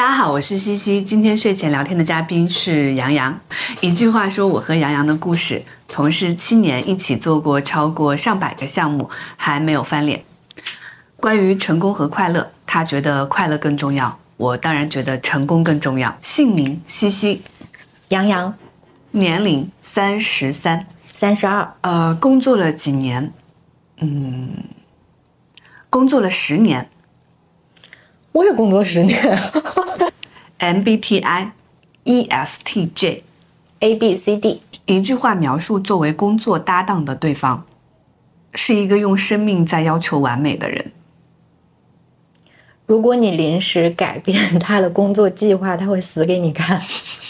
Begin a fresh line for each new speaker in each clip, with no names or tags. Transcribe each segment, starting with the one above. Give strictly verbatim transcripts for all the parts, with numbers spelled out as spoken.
大家好，我是西西。今天睡前聊天的嘉宾是杨洋。一句话说我和杨洋的故事：同事七年，一起做过超过上百个项目，还没有翻脸。关于成功和快乐，他觉得快乐更重要，我当然觉得成功更重要。姓名西西，
杨洋，
年龄三十三，
三十二。
呃，工作了几年？嗯，工作了十年。
我也工作十年。
M B T I、E S T J、A
B C D。
一句话描述作为工作搭档的对方，是一个用生命在要求完美的人。
如果你临时改变他的工作计划，他会死给你看。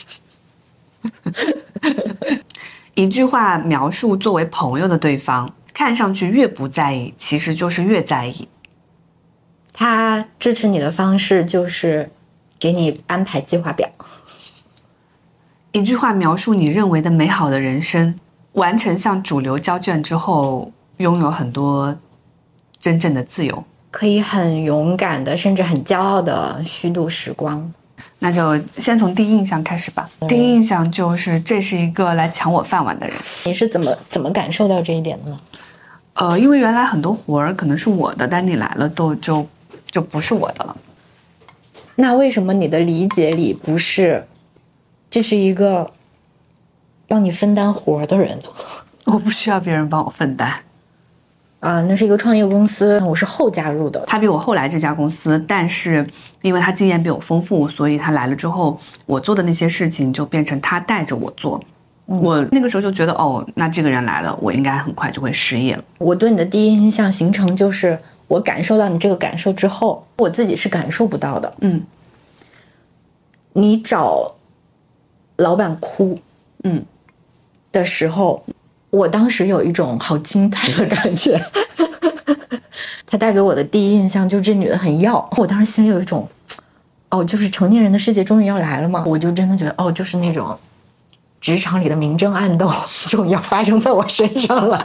一句话描述作为朋友的对方，看上去越不在意，其实就是越在意。
他支持你的方式就是给你安排计划表。
一句话描述你认为的美好的人生，完成向主流交卷之后，拥有很多真正的自由，
可以很勇敢的，甚至很骄傲的虚度时光。
那就先从第一印象开始吧。嗯、第一印象就是这是一个来抢我饭碗的人。
你是怎么怎么感受到这一点的呢？
呃，因为原来很多活儿可能是我的，但你来了都就就不是我的了。
那为什么你的理解里不是这是一个帮你分担活的人？
我不需要别人帮我分担。
呃，那是一个创业公司，我是后加入的。
他比我后来这家公司，但是因为他经验比我丰富，所以他来了之后，我做的那些事情就变成他带着我做。嗯、我那个时候就觉得，哦，那这个人来了，我应该很快就会失业了。
我对你的第一印象形成就是我感受到你这个感受之后，我自己是感受不到的。
嗯，
你找老板哭，
嗯
的时候，我当时有一种好精彩的感觉。他带给我的第一印象就是这女的很要，我当时心里有一种，哦，就是成年人的世界终于要来了嘛，我就真的觉得，哦，就是那种职场里的明争暗斗终于要发生在我身上了。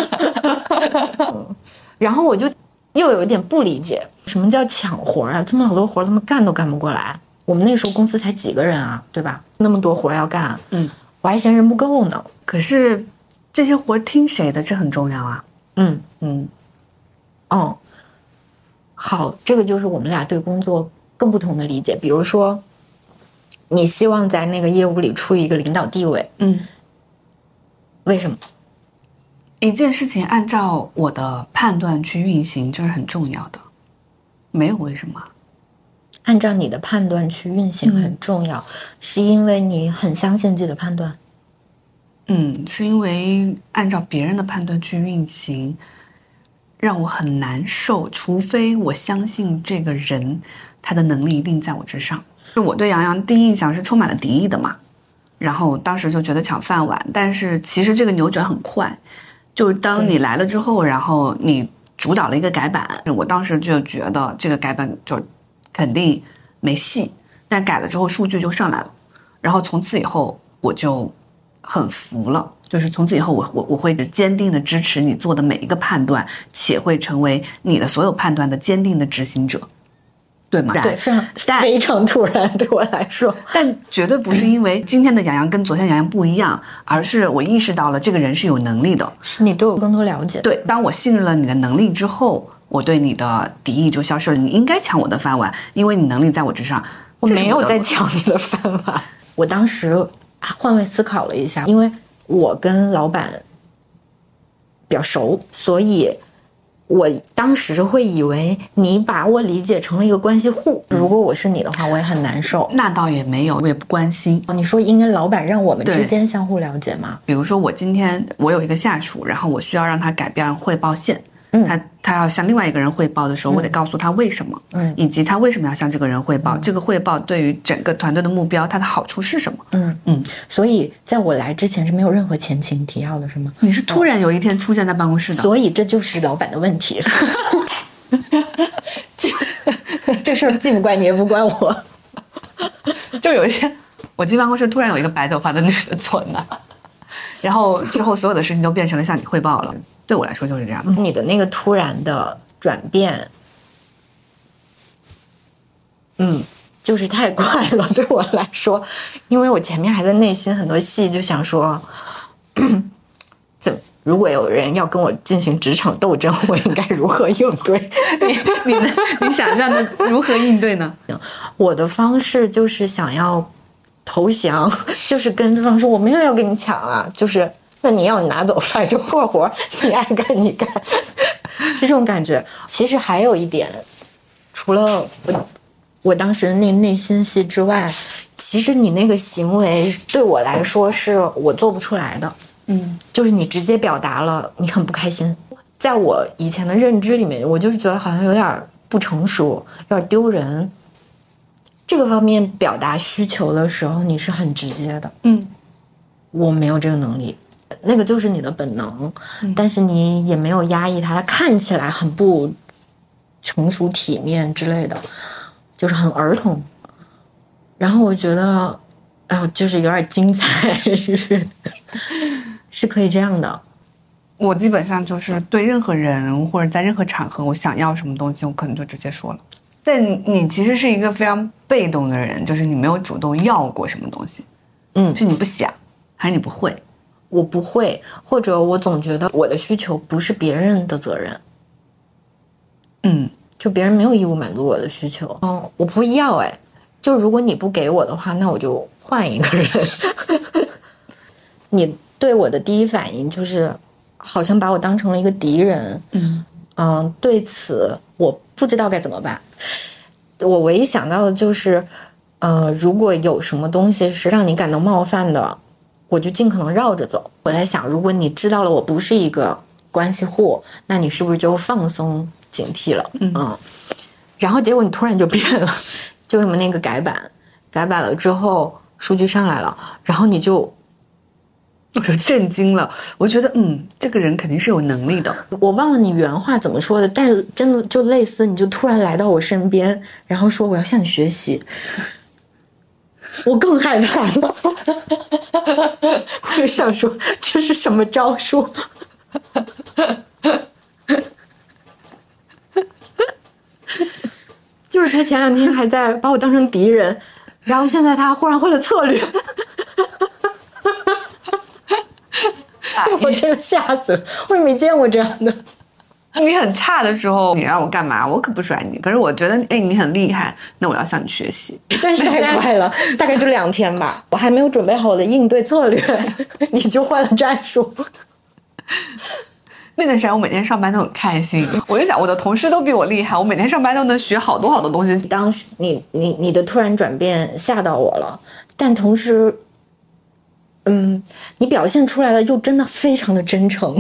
然后我就又有一点不理解，什么叫抢活啊？这么好多活怎么干都干不过来？我们那时候公司才几个人啊，对吧？那么多活要干，
嗯，
我还嫌人不够呢。
可是这些活听谁的？这很重要啊。
嗯
嗯，
哦，好，这个就是我们俩对工作更不同的理解。比如说，你希望在那个业务里处于一个领导地位，
嗯，
为什么？
一件事情按照我的判断去运行，这是很重要的，没有为什么。
按照你的判断去运行很重要，嗯、是因为你很相信自己的判断。
嗯，是因为按照别人的判断去运行，让我很难受。除非我相信这个人，他的能力一定在我之上。就我对杨洋第一印象是充满了敌意的嘛，然后当时就觉得抢饭碗，但是其实这个扭转很快，就是当你来了之后，然后你主导了一个改版，我当时就觉得这个改版就肯定没戏，但改了之后数据就上来了，然后从此以后我就很服了，就是从此以后我我我会坚定的支持你做的每一个判断，且会成为你的所有判断的坚定的执行者，对吗？
对，非常非常突然对我来说，
但绝对不是因为今天的杨洋跟昨天的杨洋不一样，而是我意识到了这个人是有能力的，
是你对我更多了解。
对，当我信任了你的能力之后，我对你的敌意就消失了。你应该抢我的饭碗，因为你能力在我之上。
我没有在抢你的饭碗。我当时换位思考了一下，因为我跟老板比较熟，所以我当时会以为你把我理解成了一个关系户。如果我是你的话，我也很难受。
那倒也没有，我也不关心。
你说应该老板让我们之间相互了解吗？
比如说我今天我有一个下属，然后我需要让他改变汇报线。嗯、他他要向另外一个人汇报的时候，嗯、我得告诉他为什么，嗯，以及他为什么要向这个人汇报，嗯、这个汇报对于整个团队的目标，它的好处是什么？
嗯嗯。所以在我来之前是没有任何前情提要的，是吗？
你是突然有一天出现在办公室的，
所以这就是老板的问题。这事儿既不怪你，也不怪我。
就有一天，我进办公室，突然有一个白头发的女的坐那，然后之后所有的事情都变成了向你汇报了。对我来说就是这样子。
你的那个突然的转变，嗯， 就是太快了，对我来说，因为我前面还在内心很多戏，就想说，怎么如果有人要跟我进行职场斗争，我应该如何应对？
你你你想象的如何应对呢？
我的方式就是想要投降，就是跟对方说我没有要跟你抢啊，就是那你要你拿走，反正破活你爱干你干，这种感觉。其实还有一点，除了我我当时的那内心戏之外，其实你那个行为对我来说是我做不出来的。嗯，就是你直接表达了你很不开心，在我以前的认知里面，我就是觉得好像有点不成熟，有点丢人。这个方面表达需求的时候，你是很直接的。嗯，我没有这个能力，那个就是你的本能，嗯、但是你也没有压抑它，它看起来很不成熟、体面之类的，就是很儿童。然后我觉得，哎呦，就是有点精彩，是是可以这样的。
我基本上就是对任何人或者在任何场合，我想要什么东西，我可能就直接说了。但你其实是一个非常被动的人，就是你没有主动要过什么东西，嗯，是你不想，还是你不会？
我不会，或者我总觉得我的需求不是别人的责任，嗯，就别人没有义务满足我的需求，哦，我不会要，哎，就如果你不给我的话，那我就换一个人。你对我的第一反应就是好像把我当成了一个敌人，嗯嗯，对此我不知道该怎么办。我唯一想到的就是，呃，如果有什么东西是让你感到冒犯的，我就尽可能绕着走。我在想，如果你知道了我不是一个关系户，那你是不是就放松警惕了？嗯，嗯然后结果你突然就变了，就什么那个改版，改版了之后数据上来了，然后你就。
我就震惊了，我觉得嗯，这个人肯定是有能力的。
我忘了你原话怎么说的，但是真的就类似，你就突然来到我身边，然后说我要向你学习，我更害怕了。我就想说这是什么招数？就是他前两天还在把我当成敌人，然后现在他忽然换了策略。我真的吓死了，我也没见过这样的。
你很差的时候，你让我干嘛？我可不甩你。可是我觉得，哎，你很厉害，那我要向你学习。
真是太快了，大概就两天吧，我还没有准备好我的应对策略，你就换了战术。
那段时间我每天上班都很开心，我就想我的同事都比我厉害，我每天上班都能学好多好多东西。
当时你你你的突然转变吓到我了，但同时。嗯，你表现出来的又真的非常的真诚，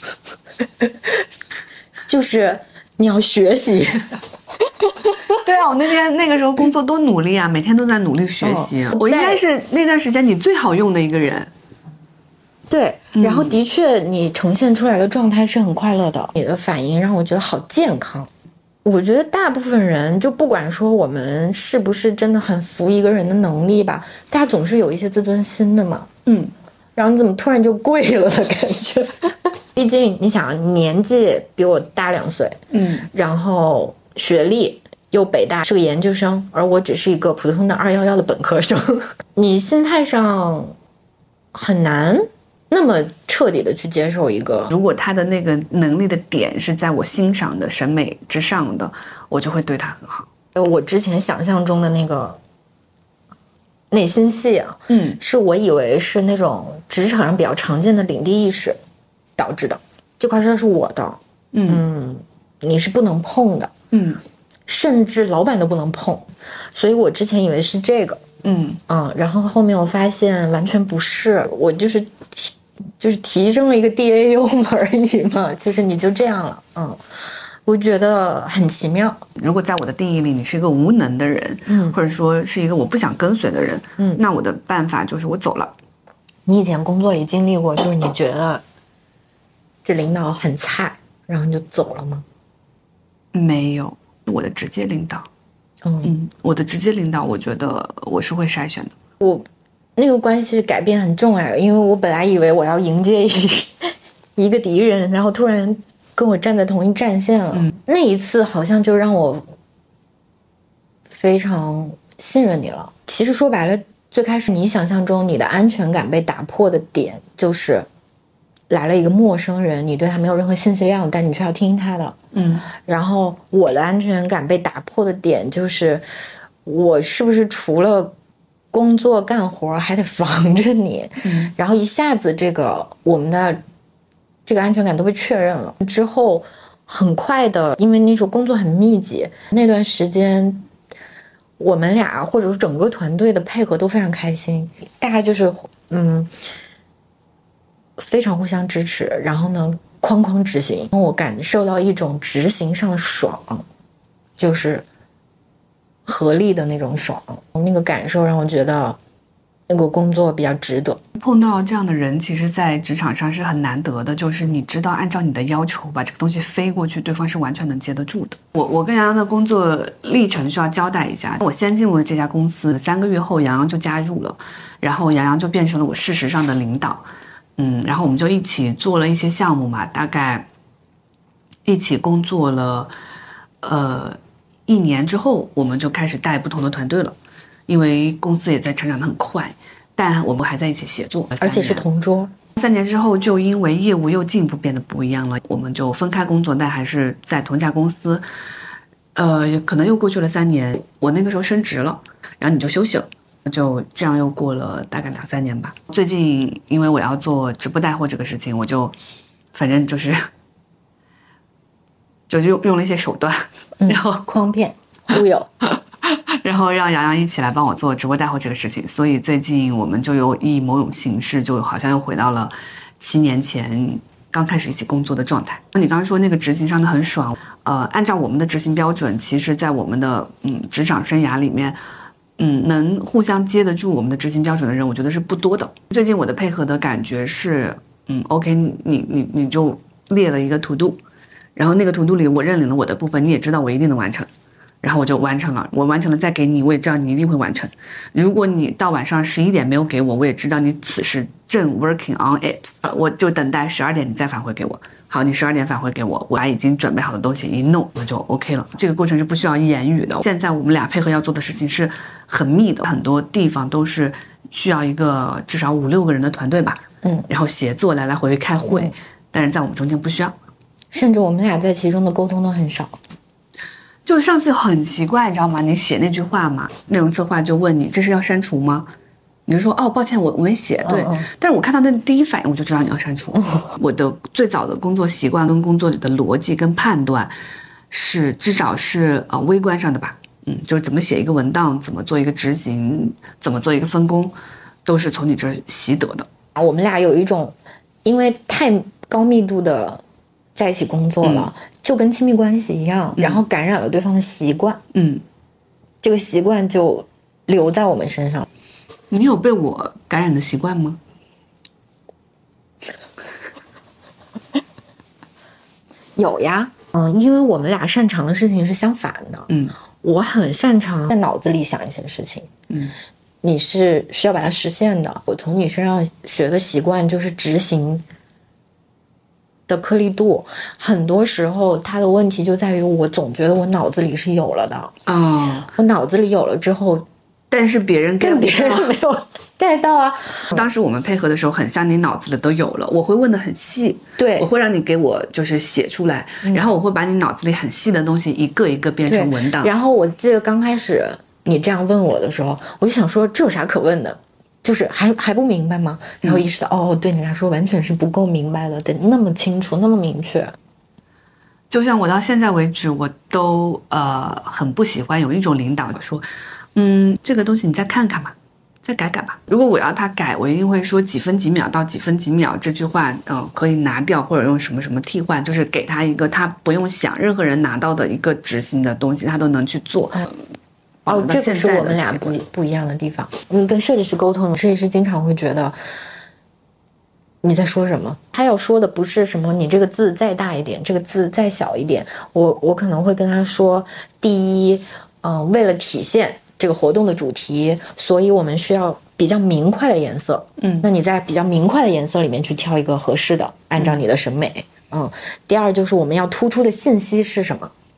就是你要学习。
对啊，我那天那个时候工作多努力啊，每天都在努力学习。哦、我应该是那段时间你最好用的一个人。
对，然后的确你呈现出来的状态是很快乐的，你的反应让我觉得好健康。我觉得大部分人就不管说我们是不是真的很服一个人的能力吧，大家总是有一些自尊心的嘛。嗯，然后你怎么突然就跪了的感觉？毕竟你想，年纪比我大两岁，嗯，然后学历又北大是个研究生，而我只是一个普通的二一一的本科生，你心态上很难那么彻底的去接受一个，
如果他的那个能力的点是在我欣赏的审美之上的，我就会对他很好。
我之前想象中的那个内心戏啊，嗯，是我以为是那种职场上比较常见的领地意识导致的，这块事儿是我的，嗯, 嗯，你是不能碰的，嗯，甚至老板都不能碰，所以我之前以为是这个，嗯嗯，然后后面我发现完全不是，我就是提就是提升了一个 D A U 而已嘛，就是你就这样了，嗯。我觉得很奇妙。
如果在我的定义里，你是一个无能的人，嗯，或者说是一个我不想跟随的人，嗯，那我的办法就是我走了。
你以前工作里经历过，就是你觉得这领导很菜，然后你就走了吗？
没有，我的直接领导，嗯, 嗯，我的直接领导，我觉得我是会筛选的。
我那个关系改变很重要，因为我本来以为我要迎接一一个敌人，然后突然。跟我站在同一战线了，嗯，那一次好像就让我非常信任你了。其实说白了，最开始你想象中你的安全感被打破的点，就是来了一个陌生人，你对他没有任何信息量，但你却要听他的。
嗯，
然后我的安全感被打破的点就是，我是不是除了工作干活还得防着你？
嗯，
然后一下子这个我们的这个安全感都被确认了之后，很快的，因为那时候工作很密集，那段时间我们俩或者是整个团队的配合都非常开心，大概就是嗯非常互相支持，然后呢哐哐执行，我感受到一种执行上的爽，就是合力的那种爽，那个感受让我觉得那个工作比较值得。
碰到这样的人，其实在职场上是很难得的，就是你知道按照你的要求把这个东西飞过去，对方是完全能接得住的。我我跟杨洋的工作历程需要交代一下，我先进入了这家公司，三个月后杨洋就加入了，然后杨洋就变成了我事实上的领导，嗯，然后我们就一起做了一些项目嘛，大概一起工作了呃一年之后，我们就开始带不同的团队了，因为公司也在成长得很快，但我们还在一起协作，
而且是同桌。
三年之后，就因为业务又进一步变得不一样了，我们就分开工作，但还是在同一家公司。呃，可能又过去了三年，我那个时候升职了，然后你就休息了，就这样又过了大概两三年吧。最近因为我要做直播带货这个事情，我就反正就是就用用了一些手段，
嗯、
然后
诓骗忽悠。
然后让杨洋一起来帮我做直播带货这个事情，所以最近我们就有以某种形式，就好像又回到了七年前刚开始一起工作的状态。你刚刚说那个执行上的很爽，呃，按照我们的执行标准，其实在我们的嗯职场生涯里面，嗯，能互相接得住我们的执行标准的人，我觉得是不多的。最近我的配合的感觉是，嗯 ，OK， 你你你就列了一个 to do， 然后那个 to do 里我认领了我的部分，你也知道我一定能完成。然后我就完成了，我完成了再给你，我也知道你一定会完成。如果你到晚上十一点没有给我，我也知道你此时正 working on it， 我就等待十二点你再返回给我。好，你十二点返回给我，我把已经准备好的东西一弄，我就 OK 了。这个过程是不需要言语的。现在我们俩配合要做的事情是很密的，很多地方都是需要一个至少五六个人的团队吧，
嗯，
然后协作来来回回开会，嗯、但是在我们中间不需要，
甚至我们俩在其中的沟通都很少。
就上次很奇怪，你知道吗？你写那句话嘛，内容策划就问你这是要删除吗？你就说哦，抱歉，我我没写。对，嗯嗯但是我看到那第一反应我就知道你要删除。嗯、我的最早的工作习惯跟工作里的逻辑跟判断，是至少是呃微观上的吧。嗯，就是怎么写一个文档，怎么做一个执行，怎么做一个分工，都是从你这儿习得的。
我们俩有一种，因为太高密度的在一起工作了。嗯就跟亲密关系一样，然后感染了对方的习惯，
嗯，
这个习惯就留在我们身上。
你有被我感染的习惯吗？
有呀，嗯，因为我们俩擅长的事情是相反的，
嗯，
我很擅长在脑子里想一些事情，
嗯，
你是需要把它实现的。我从你身上学的习惯就是执行的颗粒度，很多时候它的问题就在于我总觉得我脑子里是有了的
啊、哦，
我脑子里有了之后，
但是别人
跟别人没有 get 到啊。
当时我们配合的时候，很像你脑子里都有了，我会问的很细，
对，
我会让你给我就是写出来，嗯、然后我会把你脑子里很细的东西一个一个变成文档。
然后我记得刚开始你这样问我的时候，我就想说这有啥可问的？就是还还不明白吗？然后意识到、嗯、哦，对你来说完全是不够明白的，得那么清楚，那么明确。
就像我到现在为止，我都呃很不喜欢有一种领导说，嗯，这个东西你再看看吧，再改改吧。如果我要他改，我一定会说几分几秒到几分几秒这句话，嗯、呃，可以拿掉或者用什么什么替换，就是给他一个他不用想任何人拿到的一个执行的东西，他都能去做。嗯
哦，这个是我们俩不不一样的地方。你跟设计师沟通，设计师经常会觉得你在说什么，他要说的不是什么你这个字再大一点，这个字再小一点。我我可能会跟他说，第一，嗯、呃，为了体现这个活动的主题，所以我们需要比较明快的颜色。
嗯，
那你在比较明快的颜色里面去挑一个合适的，按照你的审美。嗯，嗯第二就是我们要突出的信息是什么。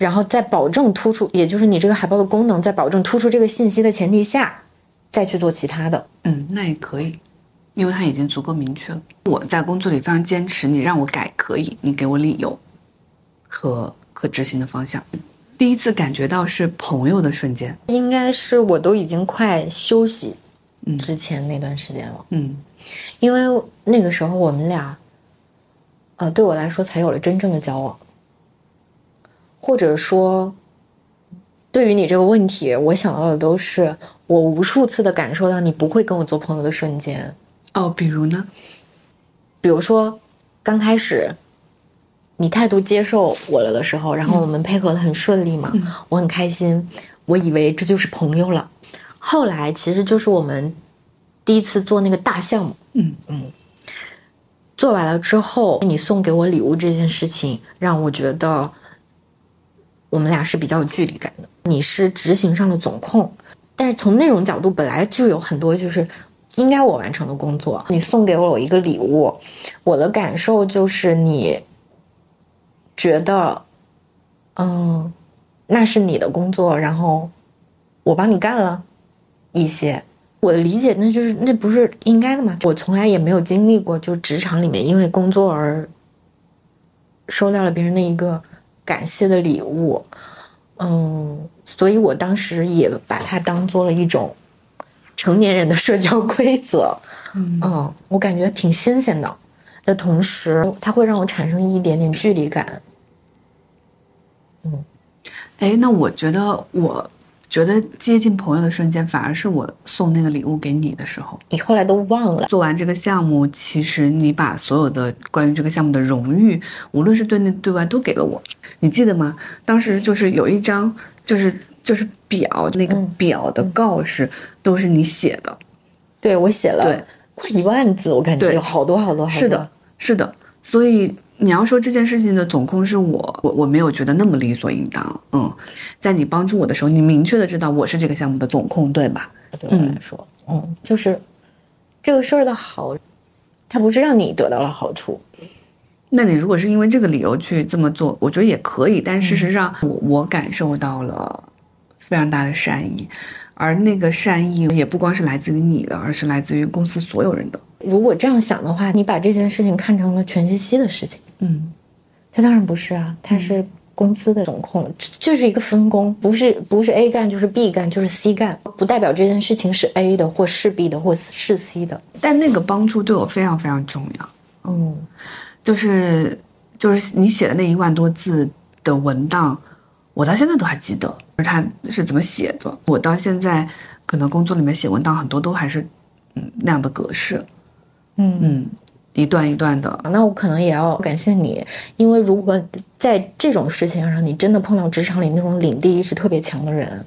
然后在保证突出，也就是你这个海报的功能在保证突出这个信息的前提下，再去做其他的。
嗯，那也可以，因为它已经足够明确了。我在工作里非常坚持，你让我改可以，你给我理由和可执行的方向。第一次感觉到是朋友的瞬间，
应该是我都已经快休息之前那段时间了。
嗯，
因为那个时候我们俩，呃，对我来说才有了真正的交往，或者说，对于你这个问题，我想到的都是我无数次的感受到你不会跟我做朋友的瞬间。
哦，比如呢？
比如说，刚开始你态度接受我了的时候，然后我们配合的很顺利嘛，嗯、我很开心，我以为这就是朋友了。后来其实就是我们第一次做那个大项目，
嗯
嗯，做完了之后，你送给我礼物这件事情，让我觉得我们俩是比较有距离感的。你是执行上的总控，但是从内容角度本来就有很多就是应该我完成的工作。你送给我一个礼物，我的感受就是你觉得，嗯，那是你的工作，然后我帮你干了一些。我的理解，那就是那不是应该的吗？我从来也没有经历过，就职场里面因为工作而收到了别人的一个感谢的礼物，嗯，所以我当时也把它当做了一种成年人的社交规则，嗯, 嗯，我感觉挺新鲜的，的同时，它会让我产生一点点距离感。嗯，
哎，那我觉得我。觉得接近朋友的瞬间，反而是我送那个礼物给你的时候。
你后来都忘了。
做完这个项目，其实你把所有的关于这个项目的荣誉，无论是对内对外，都给了我。你记得吗？当时就是有一张，就是就是表，那个表的告示、嗯、都是你写的。
对，我写了
对
快一万字，我感觉有好多好多好多。
是的，是的。所以你要说这件事情的总控是我，我我没有觉得那么理所应当。嗯，在你帮助我的时候，你明确的知道我是这个项目的总控，对吧？
对我来说，嗯，嗯就是这个事儿的好，它不是让你得到了好处。
那你如果是因为这个理由去这么做，我觉得也可以。但事实上，嗯、我我感受到了非常大的善意，而那个善意也不光是来自于你的，而是来自于公司所有人的。
如果这样想的话，你把这件事情看成了全西西的事情。
嗯，
它当然不是啊，它是公司的总控，就是一个分工，不是不是 A 干就是 B 干就是 C 干，不代表这件事情是 A 的或是 B 的或是 C 的。
但那个帮助对我非常非常重要。
嗯，
就是就是你写的那一万多字的文档，我到现在都还记得它是怎么写的。我到现在可能工作里面写文档很多都还是嗯那样的格式。
嗯
嗯，一段一段的。
那我可能也要感谢你，因为如果在这种事情上，你真的碰到职场里那种领地意识特别强的人，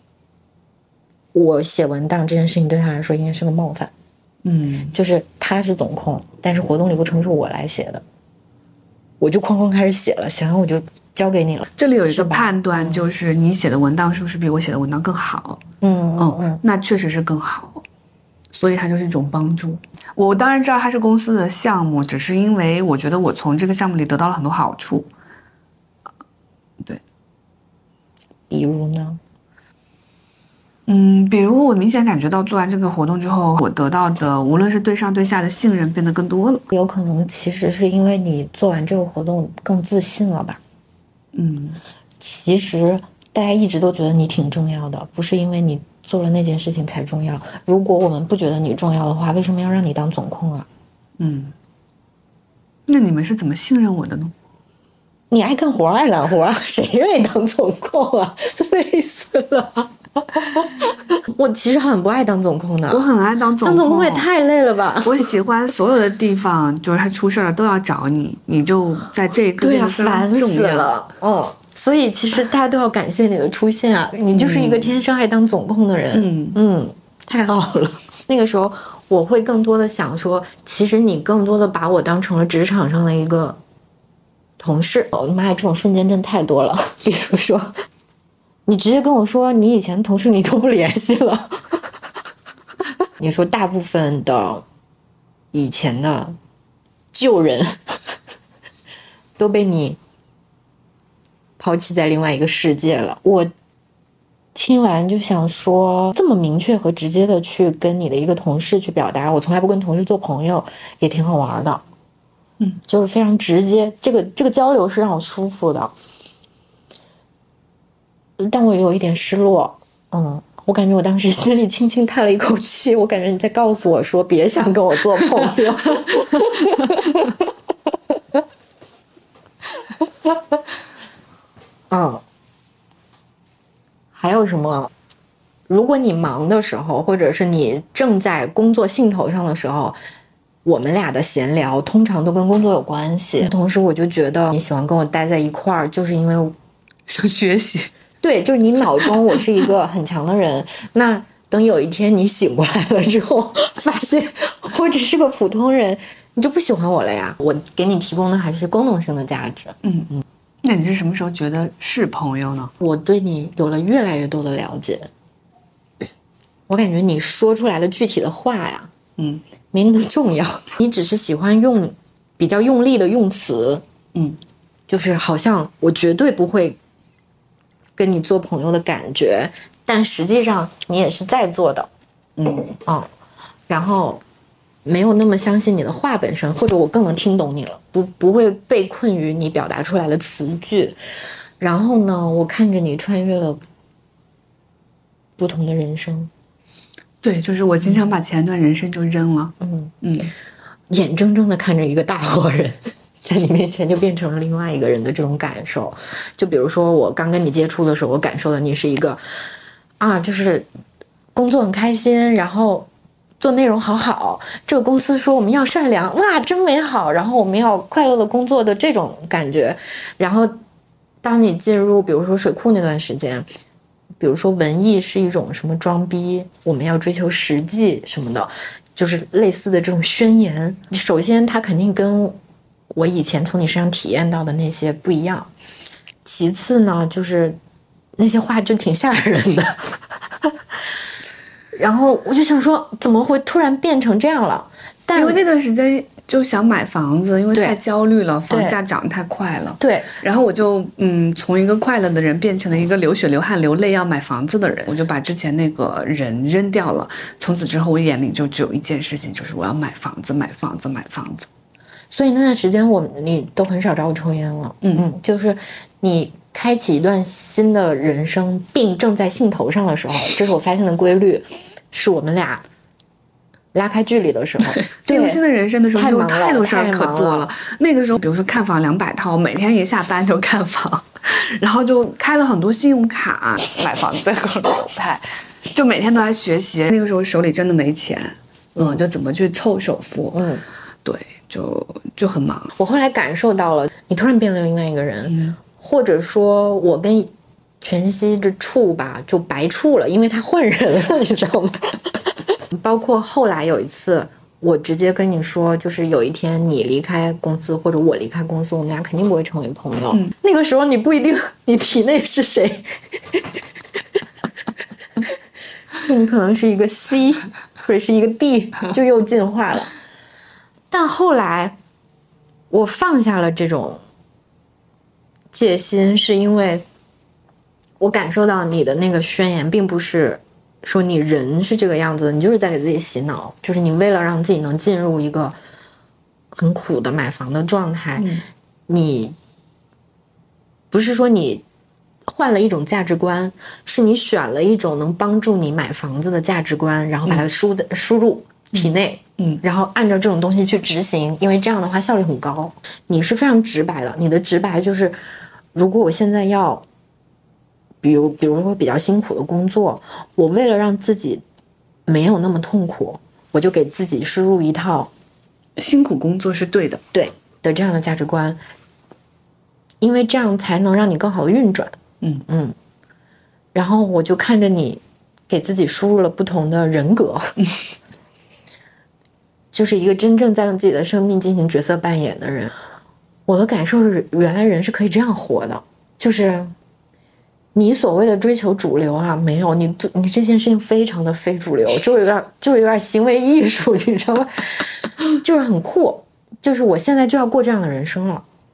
我写文档这件事情对他来说应该是个冒犯。
嗯，
就是他是总控，但是活动流程是我来写的，我就哐哐开始写了，写完我就交给你了。
这里有一个判断，就是你写的文档是不是比我写的文档更好？
嗯嗯嗯，
那确实是更好。所以它就是一种帮助。我当然知道它是公司的项目，只是因为我觉得我从这个项目里得到了很多好处。对，
比如呢？
嗯，比如我明显感觉到做完这个活动之后，我得到的无论是对上对下的信任变得更多了。
有可能其实是因为你做完这个活动更自信了吧？
嗯，
其实大家一直都觉得你挺重要的，不是因为你做了那件事情才重要。如果我们不觉得你重要的话，为什么要让你当总控啊？
嗯，那你们是怎么信任我的呢？
你爱干活爱揽活，谁愿意当总控啊？累死了！我其实很不爱当总控的。
我很爱当总控，
当总控也太累了吧！
我喜欢所有的地方，就是他出事了都要找你，你就在这个
对啊，烦死了。嗯。所以其实大家都要感谢你的出现啊！你就是一个天生爱当总控的人。嗯嗯，太好了。那个时候我会更多的想说，其实你更多的把我当成了职场上的一个同事。我的妈呀，这种瞬间真太多了。比如说，你直接跟我说你以前同事你都不联系了。你说大部分的以前的旧人都被你抛弃在另外一个世界了。我听完就想说，这么明确和直接的去跟你的一个同事去表达，我从来不跟同事做朋友，也挺好玩的。
嗯，
就是非常直接，这个这个交流是让我舒服的。但我也有一点失落，嗯，我感觉我当时心里轻轻叹了一口气，我感觉你在告诉我说，别想跟我做朋友。嗯，还有什么？如果你忙的时候，或者是你正在工作兴头上的时候，我们俩的闲聊通常都跟工作有关系。同时，我就觉得你喜欢跟我待在一块儿，就是因为
想学习。
对，就是你脑中我是一个很强的人。那等有一天你醒过来了之后，发现我只是个普通人，你就不喜欢我了呀。我给你提供的还是功能性的价值。
嗯嗯。那你是什么时候觉得是朋友呢？
我对你有了越来越多的了解，我感觉你说出来的具体的话呀，
嗯，
没那么重要。你只是喜欢用比较用力的用词，
嗯，
就是好像我绝对不会跟你做朋友的感觉，但实际上你也是在做的，
嗯
嗯，然后没有那么相信你的话本身，或者我更能听懂你了，不不会被困于你表达出来的词句。然后呢，我看着你穿越了不同的人生，
对，就是我经常把前段人生就扔了，
嗯
嗯，
眼睁睁的看着一个大活人在你面前就变成了另外一个人的这种感受。就比如说我刚跟你接触的时候，我感受的你是一个啊，就是工作很开心，然后做内容好好，这个公司说我们要善良，哇，真美好，然后我们要快乐的工作的这种感觉。然后当你进入比如说水库那段时间，比如说文艺是一种什么装逼，我们要追求实际什么的，就是类似的这种宣言。首先它肯定跟我以前从你身上体验到的那些不一样，其次呢就是那些话就挺吓人的然后我就想说怎么会突然变成这样了，但
因为那段时间就想买房子，因为太焦虑了，房价涨得太快了。
对，
然后我就嗯，从一个快乐的人变成了一个流血流汗流泪要买房子的人，我就把之前那个人扔掉了。从此之后，我眼里就只有一件事情，就是我要买房子，买房子，买房子。
所以那段时间我你都很少找我抽烟了。
嗯
嗯，就是你开启一段新的人生，并正在兴头上的时候，这是我发现的规律，是我们俩拉开距离的时候，
进入新的人生的时候，有太多事儿可做
了。
那个时候，比如说看房两百套，每天一下班就看房，然后就开了很多信用卡买房子的各种流派，就每天都在学习。那个时候手里真的没钱，嗯，就怎么去凑首付，
嗯，
对，就就很忙。
我后来感受到了，你突然变了另外一个人，
嗯，
或者说我跟全息这处吧就白处了，因为他换人了，你知道吗？包括后来有一次我直接跟你说，就是有一天你离开公司或者我离开公司，我们俩肯定不会成为朋友。嗯，那个时候你不一定你体内是谁你可能是一个 C 或者是一个 D， 就又进化了。但后来我放下了这种戒心，是因为我感受到你的那个宣言并不是说你人是这个样子，你就是在给自己洗脑，就是你为了让自己能进入一个很苦的买房的状态，嗯，你不是说你换了一种价值观，是你选了一种能帮助你买房子的价值观，然后把它输在、嗯、输入体内，嗯，然后按照这种东西去执行，因为这样的话效率很高。你是非常直白的，你的直白就是，如果我现在要比如比如说比较辛苦的工作，我为了让自己没有那么痛苦，我就给自己输入一套
辛苦工作是对的，
对的这样的价值观，因为这样才能让你更好的运转。
嗯
嗯，然后我就看着你给自己输入了不同的人格，嗯，就是一个真正在用自己的生命进行角色扮演的人。我的感受是，原来人是可以这样活的，就是你所谓的追求主流啊，没有，你你这件事情非常的非主流，就是有点就是有点行为艺术，你知道吗？就是很酷，就是我现在就要过这样的人生了。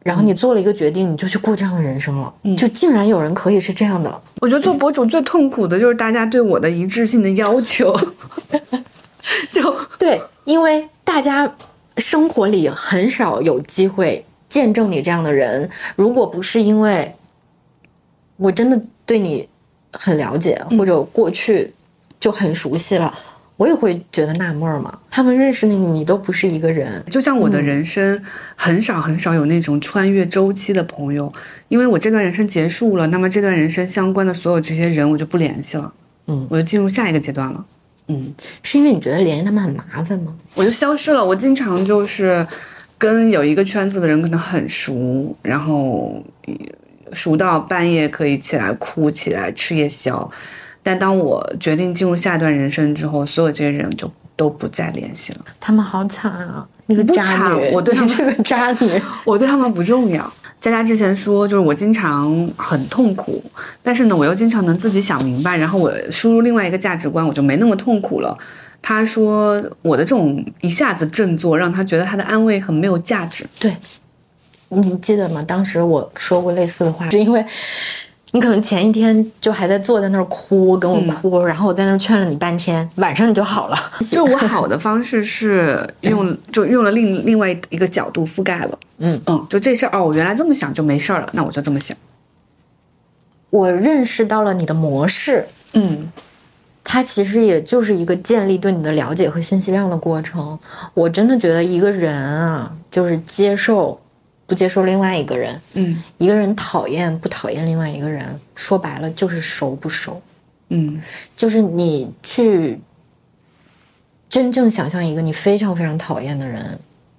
然后你做了一个决定，你就去过这样的人生了。嗯，就竟然有人可以是这样的。
我觉得做博主最痛苦的就是大家对我的一致性的要求。就
对，因为大家生活里很少有机会见证你这样的人，如果不是因为我真的对你很了解，或者过去就很熟悉了，我也会觉得纳闷嘛。他们认识你，你都不是一个人。
就像我的人生，很少很少有那种穿越周期的朋友，因为我这段人生结束了，那么这段人生相关的所有这些人我就不联系了，嗯，我就进入下一个阶段了。
嗯，是因为你觉得联系他们很麻烦吗？
我就消失了。我经常就是跟有一个圈子的人可能很熟，然后熟到半夜可以起来哭起来吃夜宵，但当我决定进入下一段人生之后，所有这些人就都不再联系了。
他们好惨啊！那个渣女，
我对他们
这个渣女，
我对他们不重要。佳佳之前说，就是我经常很痛苦，但是呢，我又经常能自己想明白，然后我输入另外一个价值观，我就没那么痛苦了。他说我的这种一下子振作，让他觉得他的安慰很没有价值。
对，你记得吗？当时我说过类似的话，是因为你可能前一天就还在坐在那儿哭，跟我哭，嗯、然后我在那儿劝了你半天，晚上你就好了。
就我好的方式是用，就用了另另外一个角度覆盖了。嗯嗯，就这事儿哦，我原来这么想就没事了，那我就这么想。
我认识到了你的模式，嗯，它其实也就是一个建立对你的了解和信息量的过程。我真的觉得一个人啊，就是接受不接受另外一个人，嗯，一个人讨厌不讨厌另外一个人，说白了就是熟不熟，嗯，就是你去真正想象一个你非常非常讨厌的人，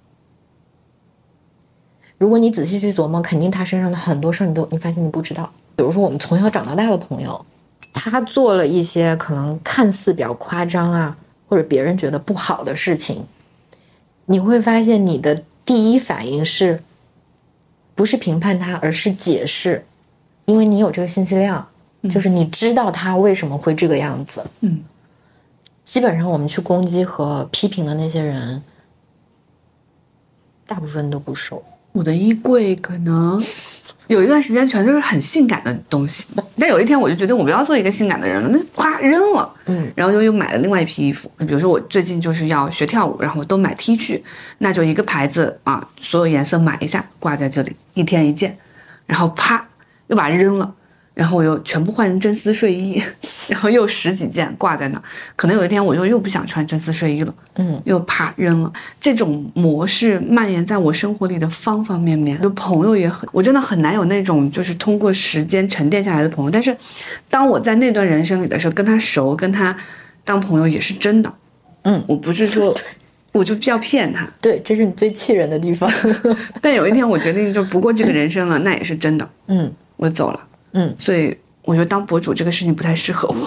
如果你仔细去琢磨，肯定他身上的很多事儿你都你发现你不知道。比如说我们从小长到大的朋友，他做了一些可能看似比较夸张啊，或者别人觉得不好的事情，你会发现你的第一反应是不是评判他，而是解释，因为你有这个信息量，嗯、就是你知道他为什么会这个样子。嗯，基本上我们去攻击和批评的那些人，大部分都不熟。
我的衣柜可能有一段时间全都是很性感的东西，但有一天我就决定我不要做一个性感的人了，那就啪扔了。嗯，然后就又买了另外一批衣服。比如说我最近就是要学跳舞，然后都买 T 恤，那就一个牌子啊，所有颜色买一下挂在这里，一天一件，然后啪又把它扔了。然后我又全部换成真丝睡衣，然后又十几件挂在那儿，可能有一天我就又不想穿真丝睡衣了，嗯，又啪扔了。这种模式蔓延在我生活里的方方面面，就朋友也很，我真的很难有那种就是通过时间沉淀下来的朋友。但是当我在那段人生里的时候，跟他熟，跟他当朋友也是真的，嗯，我不是说我就要骗他，
对，这是你最气人的地方。
但有一天我决定就不过这个人生了，那也是真的，嗯，我走了。嗯，所以我觉得当博主这个事情不太适合我，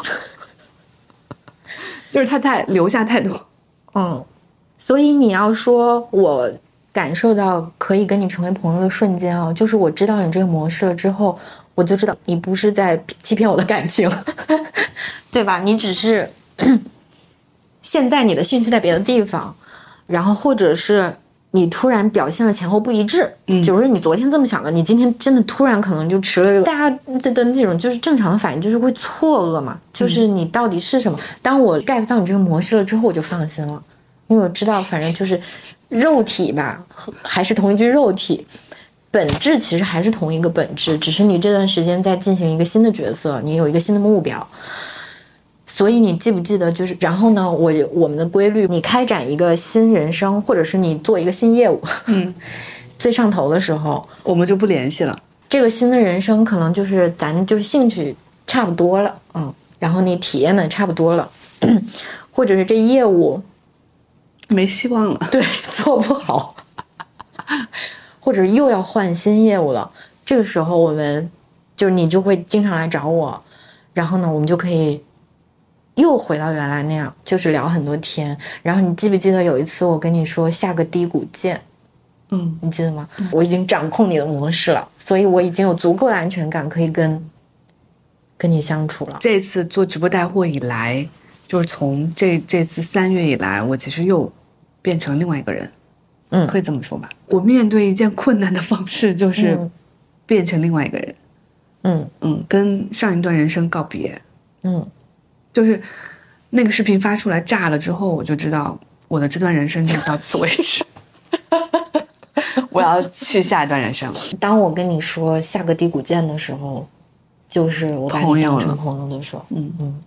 就是他太留下太多。
嗯，所以你要说我感受到可以跟你成为朋友的瞬间啊，就是我知道你这个模式了之后，我就知道你不是在欺骗我的感情，对吧？你只是现在你的兴趣在别的地方，然后或者是你突然表现的前后不一致，嗯，就是你昨天这么想的，你今天真的突然可能就持了一个大家的的那种就是正常的反应，就是会错愕嘛，就是你到底是什么？当我 get 到你这个模式了之后，我就放心了，因为我知道反正就是肉体吧，还是同一具肉体，本质其实还是同一个本质，只是你这段时间在进行一个新的角色，你有一个新的目标。所以你记不记得就是然后呢我我们的规律，你开展一个新人生或者是你做一个新业务，嗯，最上头的时候
我们就不联系了。
这个新的人生可能就是咱就是兴趣差不多了，嗯，然后你体验的差不多了，或者是这业务
没希望了，
对，做不好，或者又要换新业务了。这个时候我们就是你就会经常来找我，然后呢我们就可以又回到原来那样，就是聊很多天。然后你记不记得有一次我跟你说下个低谷见，嗯，你记得吗？嗯，我已经掌控你的模式了，所以我已经有足够的安全感可以跟跟你相处了。
这次做直播带货以来，就是从这这次三月以来，我其实又变成另外一个人。
嗯，
可以这么说吧。我面对一件困难的方式就是变成另外一个人，
嗯
嗯，跟上一段人生告别，
嗯，
就是那个视频发出来炸了之后，我就知道我的这段人生就到此为止，我要去下一段人生了。
当我跟你说下个低谷见的时候，就是我把你当成朋友的时候，嗯嗯。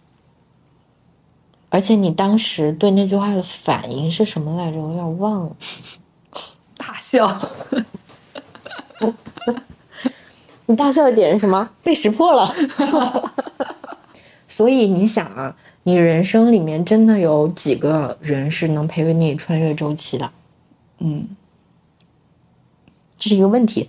而且你当时对那句话的反应是什么来着？我有点忘了。
大笑。
你大笑的点是什么？被识破了。所以你想啊，你人生里面真的有几个人是能陪你穿越周期的？
嗯，
这是一个问题。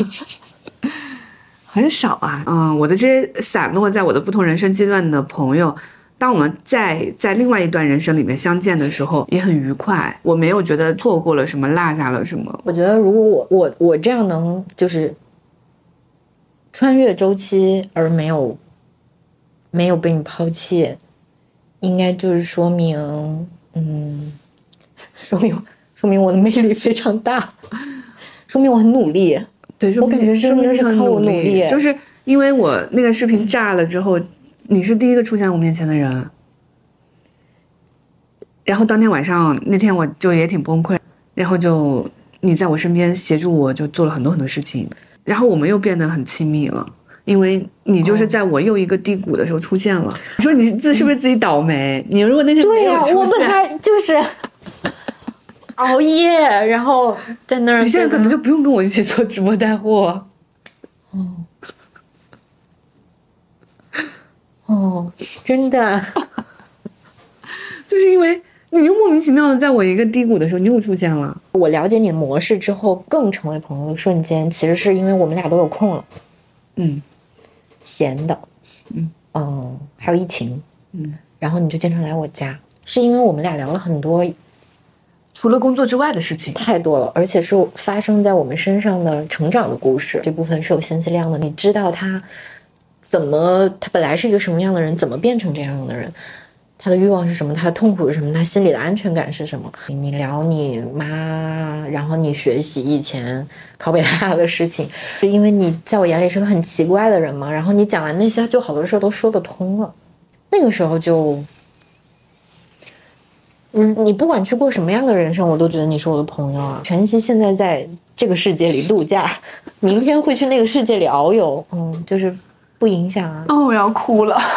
很少啊。嗯，我的这些散落在我的不同人生阶段的朋友，当我们在在另外一段人生里面相见的时候，也很愉快。我没有觉得错过了什么，落下了什么。
我觉得如果我我我这样能就是穿越周期而没有没有被你抛弃，应该就是说明，嗯，说明说明我的魅力非常大，说明我很努力。
对，
我感觉真的是靠我努力，
就是因为我那个视频炸了之后，你是第一个出现在我面前的人。然后当天晚上那天我就也挺崩溃，然后就你在我身边协助我，就做了很多很多事情，然后我们又变得很亲密了。因为你就是在我又一个低谷的时候出现了。你说你自是不是自己倒霉？你如果那天没有出现，
对呀、啊，我本来就是熬夜，然后在那儿。
你现在可能就不用跟我一起做直播带货。
哦，哦，真的，
就是因为你又莫名其妙的在我一个低谷的时候，你又出现了。
我了解你的模式之后，更成为朋友的瞬间，其实是因为我们俩都有空了。
嗯。
闲的，
嗯
嗯，还有疫情，
嗯，
然后你就经常来我家，是因为我们俩聊了很多
除了工作之外的事情，
太多了，而且是发生在我们身上的成长的故事，这部分是有信息量的。你知道他怎么，他本来是一个什么样的人，怎么变成这样的人，他的欲望是什么，他的痛苦是什么，他心里的安全感是什么。你聊你妈，然后你学习以前考北大的事情，是因为你在我眼里是个很奇怪的人嘛，然后你讲完那些，就好多事都说得通了。那个时候就你不管去过什么样的人生，我都觉得你是我的朋友啊。晨曦现在在这个世界里度假，明天会去那个世界里遨游，嗯，就是不影响啊。
哦，我要哭了。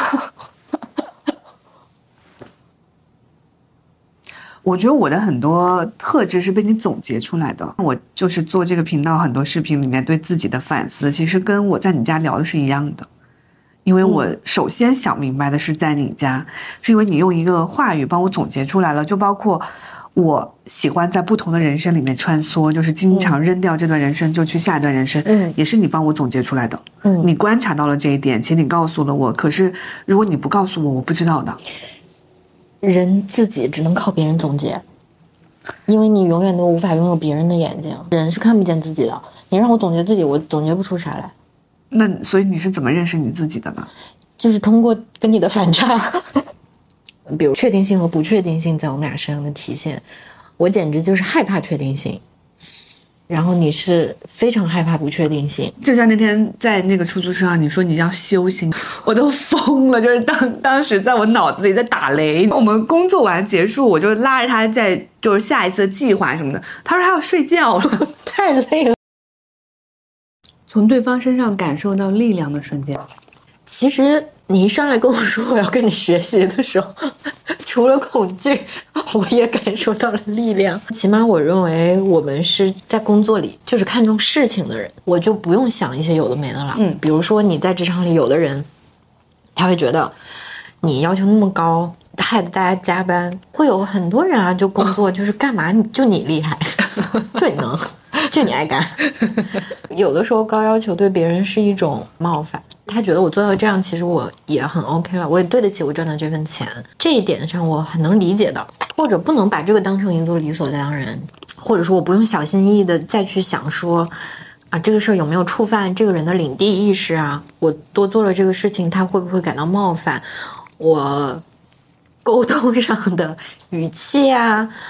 我觉得我的很多特质是被你总结出来的。我就是做这个频道很多视频里面对自己的反思，其实跟我在你家聊的是一样的。因为我首先想明白的是在你家，是因为你用一个话语帮我总结出来了，就包括我喜欢在不同的人生里面穿梭，就是经常扔掉这段人生就去下一段人生，
嗯，
也是你帮我总结出来的。
嗯，
你观察到了这一点，请你告诉了我，可是如果你不告诉我，我不知道的。
人自己只能靠别人总结，因为你永远都无法拥有别人的眼睛，人是看不见自己的。你让我总结自己，我总结不出啥来。
那所以你是怎么认识你自己的呢？
就是通过跟你的反差，比如确定性和不确定性在我们俩身上的体现。我简直就是害怕确定性，然后你是非常害怕不确定性。
就像那天在那个出租车上，你说你要修行，我都疯了。就是当当时在我脑子里在打雷。我们工作完结束，我就拉着他在就是下一次的计划什么的。他说他要睡觉了，
太累了。
从对方身上感受到力量的瞬间。
其实你一上来跟我说我要跟你学习的时候，除了恐惧，我也感受到了力量。起码我认为我们是在工作里就是看重事情的人，我就不用想一些有的没的了。
嗯，
比如说你在职场里，有的人他会觉得你要求那么高，害得大家加班。会有很多人啊，就工作就是干嘛就你厉害，就你能，就你爱干。有的时候高要求对别人是一种冒犯。他觉得我做到这样，其实我也很 OK 了，我也对得起我赚的这份钱。这一点上我很能理解的，或者不能把这个当成一个理所当然，或者说我不用小心翼翼的再去想说啊，这个事儿有没有触犯这个人的领地意识啊？我多做了这个事情，他会不会感到冒犯？我沟通上的语气啊，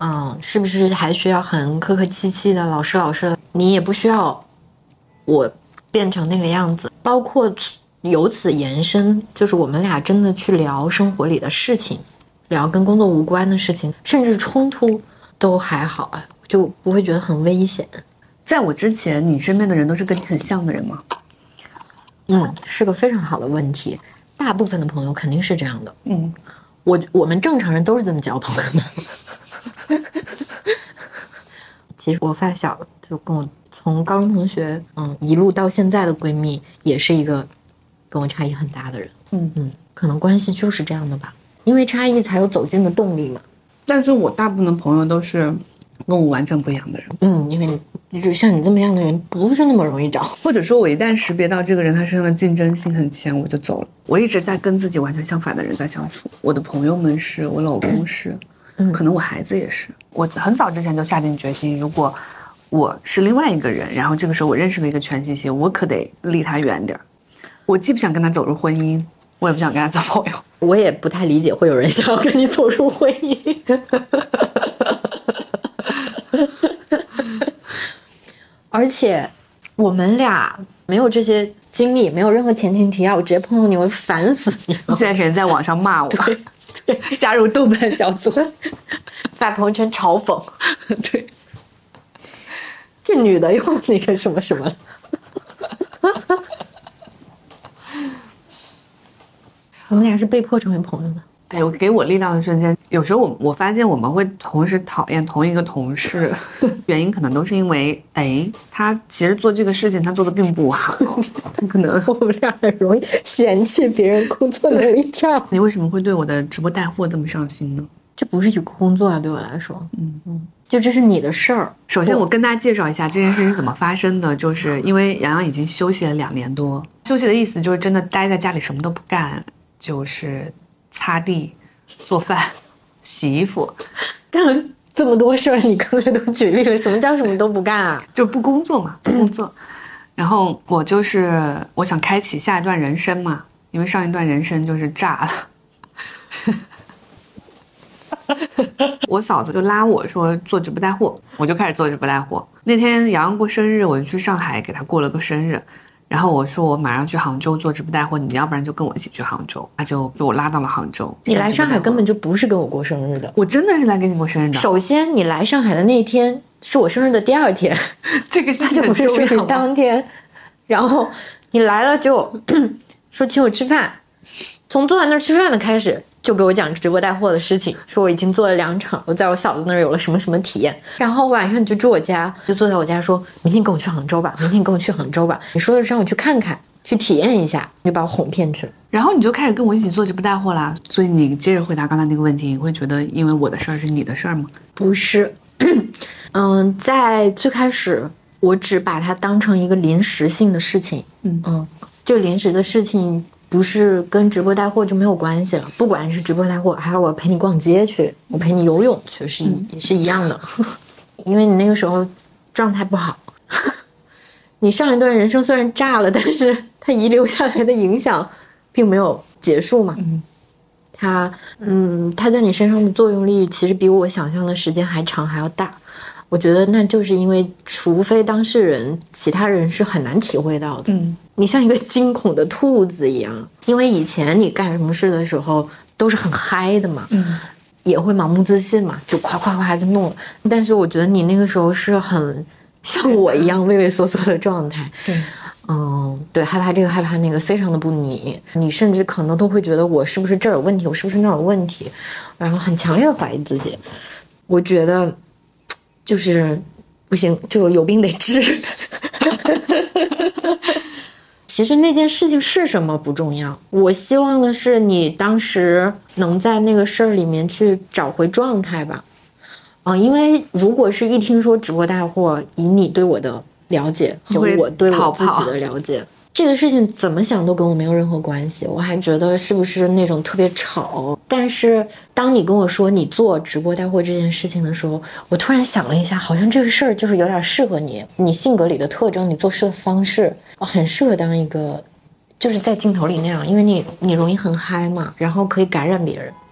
嗯，是不是还需要很客客气气的，老实老实的？你也不需要我变成那个样子。包括由此延伸，就是我们俩真的去聊生活里的事情，聊跟工作无关的事情，甚至冲突都还好啊，就不会觉得很危险。
在我之前，你身边的人都是跟你很像的人吗？
嗯，是个非常好的问题。大部分的朋友肯定是这样的。
嗯，
我我们正常人都是这么交朋友的。其实我发小就跟我从高中同学，嗯，一路到现在的闺蜜，也是一个跟我差异很大的人。
嗯
嗯，可能关系就是这样的吧，因为差异才有走近的动力嘛。
但是我大部分的朋友都是跟我完全不一样的人。
嗯，因为你就像你这么样的人不是那么容易找，
或者说我一旦识别到这个人他身上的竞争性很强，我就走了。我一直在跟自己完全相反的人在相处，我的朋友们是，我老公是，
嗯，
可能我孩子也是。我很早之前就下定决心，如果我是另外一个人，然后这个时候我认识了一个全信息，我可得离他远点。我既不想跟他走入婚姻，我也不想跟他做朋友。
我也不太理解会有人想要跟你走入婚姻。而且我们俩没有这些经历，没有任何前情提要，我直接碰到你我烦死你了。
现在可能在网上骂我，
对
对，加入豆瓣小组，
发朋友圈嘲讽，
对，
这女的又那个什么什么了。我们俩是被迫成为朋友的。
哎，我给我力量的瞬间，有时候我我发现我们会同时讨厌同一个同事，原因可能都是因为，哎，他其实做这个事情他做的并不好，他可能
我们俩很容易嫌弃别人工作能力差。
你为什么会对我的直播带货这么上心呢？
这不是一个工作啊，对我来说，嗯嗯，就这是你的事儿。
首先，我跟大家介绍一下这件事是怎么发生的，就是因为洋洋已经休息了两年多，休息的意思就是真的待在家里什么都不干，就是擦地、做饭、洗衣服，
干了这么多事儿，你刚才都举例了，什么叫什么都不干啊？
就不工作嘛，不工作。然后我就是我想开启下一段人生嘛，因为上一段人生就是炸了。我嫂子就拉我说做直播带货，我就开始做直播带货。那天洋洋过生日，我就去上海给他过了个生日。然后我说我马上去杭州做直播带货，你要不然就跟我一起去杭州。他就就我拉到了杭州。
你来上海根本就不是跟我过生日的，
我真的是来给你过生日的。
首先，你来上海的那一天是我生日的第二天，
这个是
就不是生日当天。然后你来了就说请我吃饭，从坐在那儿吃饭的开始。就给我讲直播带货的事情，说我已经做了两场，我在我嫂子那儿有了什么什么体验，然后晚上你就住我家，就坐在我家说，明天跟我去杭州吧，明天跟我去杭州吧，你说的是让我去看看，去体验一下，你就把我哄骗去了。
然后你就开始跟我一起做直播带货啦。所以你接着回答刚才那个问题，你会觉得因为我的事儿是你的事儿吗？
不是，嗯，在最开始我只把它当成一个临时性的事情，
嗯
嗯，这个临时的事情。不是跟直播带货就没有关系了，不管是直播带货还是我陪你逛街去，我陪你游泳去，是也是一样的。因为你那个时候状态不好，你上一段人生虽然炸了，但是它遗留下来的影响并没有结束嘛。
嗯，
它嗯，它在你身上的作用力其实比我想象的时间还长还要大。我觉得那就是因为，除非当事人，其他人是很难体会到的。
嗯，
你像一个惊恐的兔子一样，因为以前你干什么事的时候都是很嗨的嘛，
嗯，
也会盲目自信嘛，就夸夸夸就弄了。但是我觉得你那个时候是很像我一样畏畏缩缩的状态。
对，
嗯，对，害怕这个害怕那个，非常的不你，你甚至可能都会觉得我是不是这儿有问题，我是不是那儿有问题，然后很强烈的怀疑自己。我觉得。就是不行，就有病得治。其实那件事情是什么不重要，我希望的是你当时能在那个事儿里面去找回状态吧。啊、嗯，因为如果是一听说直播带货，以你对我的了解和我对我自己的了解，这个事情怎么想都跟我没有任何关系，我还觉得是不是那种特别吵。但是当你跟我说你做直播带货这件事情的时候，我突然想了一下，好像这个事儿就是有点适合你，你性格里的特征，你做事的方式很适合当一个就是在镜头里那样，因为你你容易很嗨嘛，然后可以感染别人。
嗯，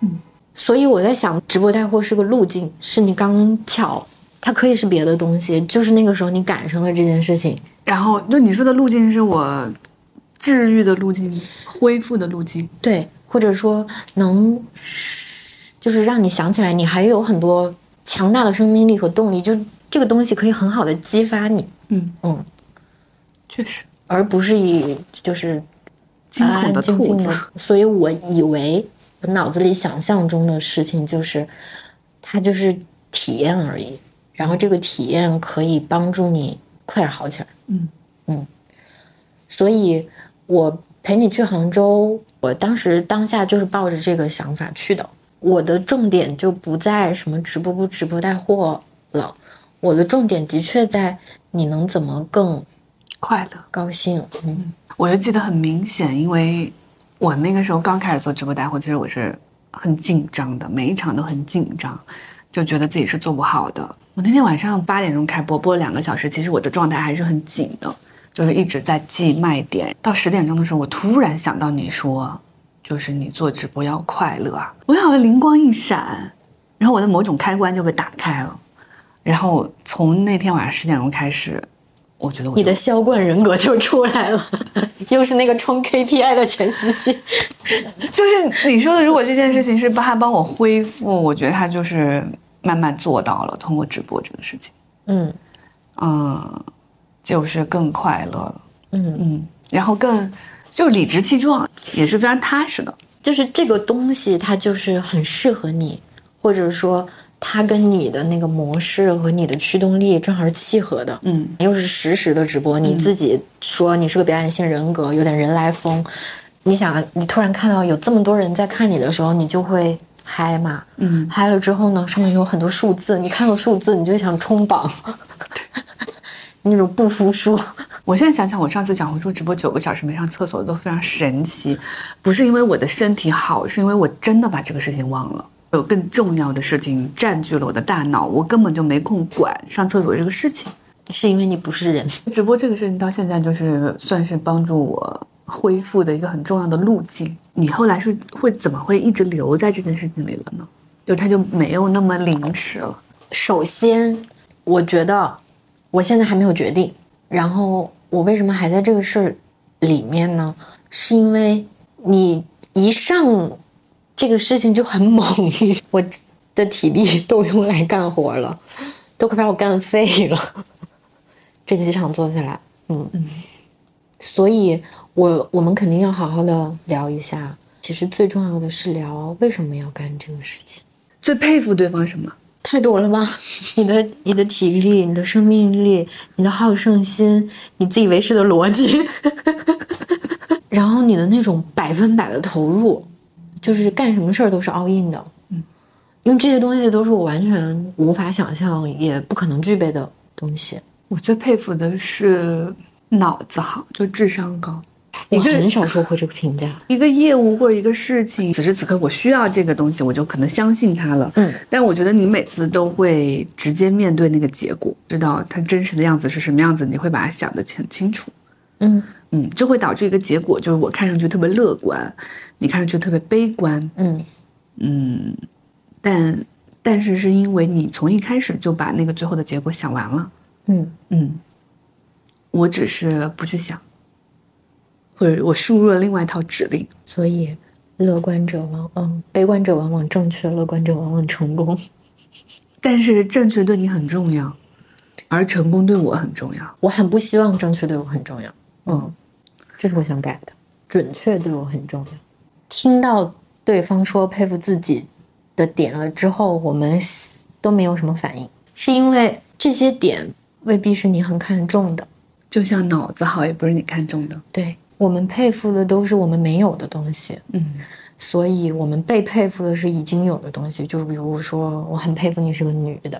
所以我在想，直播带货是个路径，是你刚巧，它可以是别的东西，就是那个时候你赶上了这件事情。
然后就你说的路径是我治愈的路径，恢复的路径，
对，或者说能就是让你想起来你还有很多强大的生命力和动力，就这个东西可以很好的激发你。
嗯
嗯，
确实，
而不是以就是
惊恐的
安安静
兔子
静的。所以我以为我脑子里想象中的事情就是它就是体验而已，然后这个体验可以帮助你快点好起来。
嗯
嗯，所以我陪你去杭州，我当时当下就是抱着这个想法去的。我的重点就不在什么直播不直播带货了，我的重点的确在你能怎么更
快乐
高兴。嗯，
我就记得很明显，因为我那个时候刚开始做直播带货，其实我是很紧张的，每一场都很紧张，就觉得自己是做不好的。我那天晚上八点钟开播，播了两个小时，其实我的状态还是很紧的，就是一直在记卖点。到十点钟的时候，我突然想到你说，就是你做直播要快乐啊，我好像灵光一闪，然后我的某种开关就被打开了。然后从那天晚上十点钟开始，我觉得我
你的销冠人格就出来了，又是那个冲 K P I 的全息系。
就是你说的，如果这件事情是帮他帮我恢复，我觉得他就是慢慢做到了，通过直播这个事情，
嗯
嗯，就是更快乐了，
嗯
嗯，然后更就理直气壮，也是非常踏实的。
就是这个东西它就是很适合你，或者说它跟你的那个模式和你的驱动力正好是契合的。
嗯，
又是实时的直播，你自己说你是个表演性人格，有点人来疯。你想，你突然看到有这么多人在看你的时候，你就会嗨嘛。
嗯，
嗨了之后呢，上面有很多数字，你看到数字你就想冲榜，那种不服输。
我现在想想，我上次小红书直播九个小时没上厕所都非常神奇，不是因为我的身体好，是因为我真的把这个事情忘了。有更重要的事情占据了我的大脑，我根本就没空管上厕所这个事情。
是因为你不是人。
直播这个事情到现在就是算是帮助我恢复的一个很重要的路径。你后来是会怎么会一直留在这件事情里了呢？就它就没有那么临时了。
首先，我觉得我现在还没有决定。然后我为什么还在这个事儿里面呢？是因为你一上这个事情就很猛，我的体力都用来干活了，都快把我干废了。这几场做下来，嗯嗯，所以我我们肯定要好好的聊一下。其实最重要的是聊为什么要干这个事情。
最佩服对方什么？
太多了吧？你的你的体力，你的生命力，你的好胜心，你自以为是的逻辑，然后你的那种百分百的投入，就是干什么事儿都是 all in 的。
嗯，
因为这些东西都是我完全无法想象，也不可能具备的东西。
我最佩服的是脑子好，就智商高。
我很少收获这个评价。
一个业务或者一个事情，此时此刻我需要这个东西，我就可能相信它了。
嗯，
但是我觉得你每次都会直接面对那个结果，知道它真实的样子是什么样子，你会把它想得很清楚。
嗯
嗯，这会导致一个结果，就是我看上去特别乐观，你看上去特别悲观。
嗯
嗯，但但是是因为你从一开始就把那个最后的结果想完了。
嗯
嗯，我只是不去想。或者我输入了另外一套指令，
所以乐观者往往悲观者往往正确，乐观者往往成功。
但是正确对你很重要，而成功对我很重要。
我很不希望正确对我很重要，嗯，这是我想改的。准确对我很重要。听到对方说佩服自己的点了之后，我们都没有什么反应，是因为这些点未必是你很看重的。
就像脑子好，也不是你看中的。
对。我们佩服的都是我们没有的东西，
嗯，
所以我们被佩服的是已经有的东西。就比如说，我很佩服你是个女的，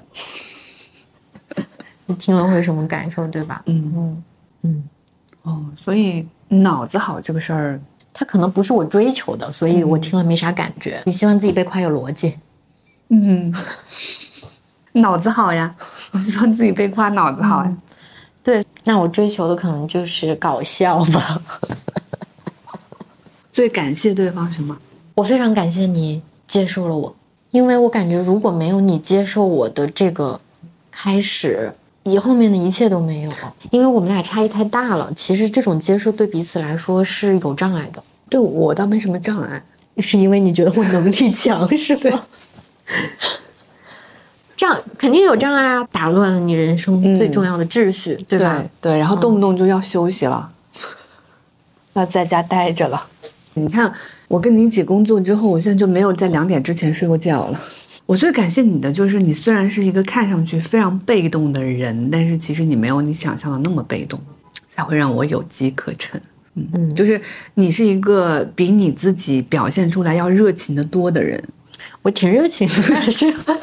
你听了会什么感受，对吧？
嗯
嗯嗯，
哦，所以脑子好这个事儿，
它可能不是我追求的，所以我听了没啥感觉。嗯、你希望自己被夸有逻辑，
嗯，脑子好呀，我希望自己被夸脑子好呀。嗯，
对，那我追求的可能就是搞笑吧。
最感谢对方什么？
我非常感谢你接受了我， 因为我感觉如果没有你接受我的这个开始，以后面的一切都没有了。因为我们俩差异太大了，其实这种接受对彼此来说是有障碍的。
对我倒没什么障碍，
是因为你觉得我能力强是吧？这样肯定有障碍啊，打乱了你人生最重要的秩序，嗯、对吧？
对，对，然后动不动就要休息了，嗯、要在家待着了。你看，我跟你一起工作之后，我现在就没有在两点之前睡过觉了。我最感谢你的就是，你虽然是一个看上去非常被动的人，但是其实你没有你想象的那么被动，才会让我有机可乘。嗯嗯，就是你是一个比你自己表现出来要热情的多的人。
我挺热情的，是吧？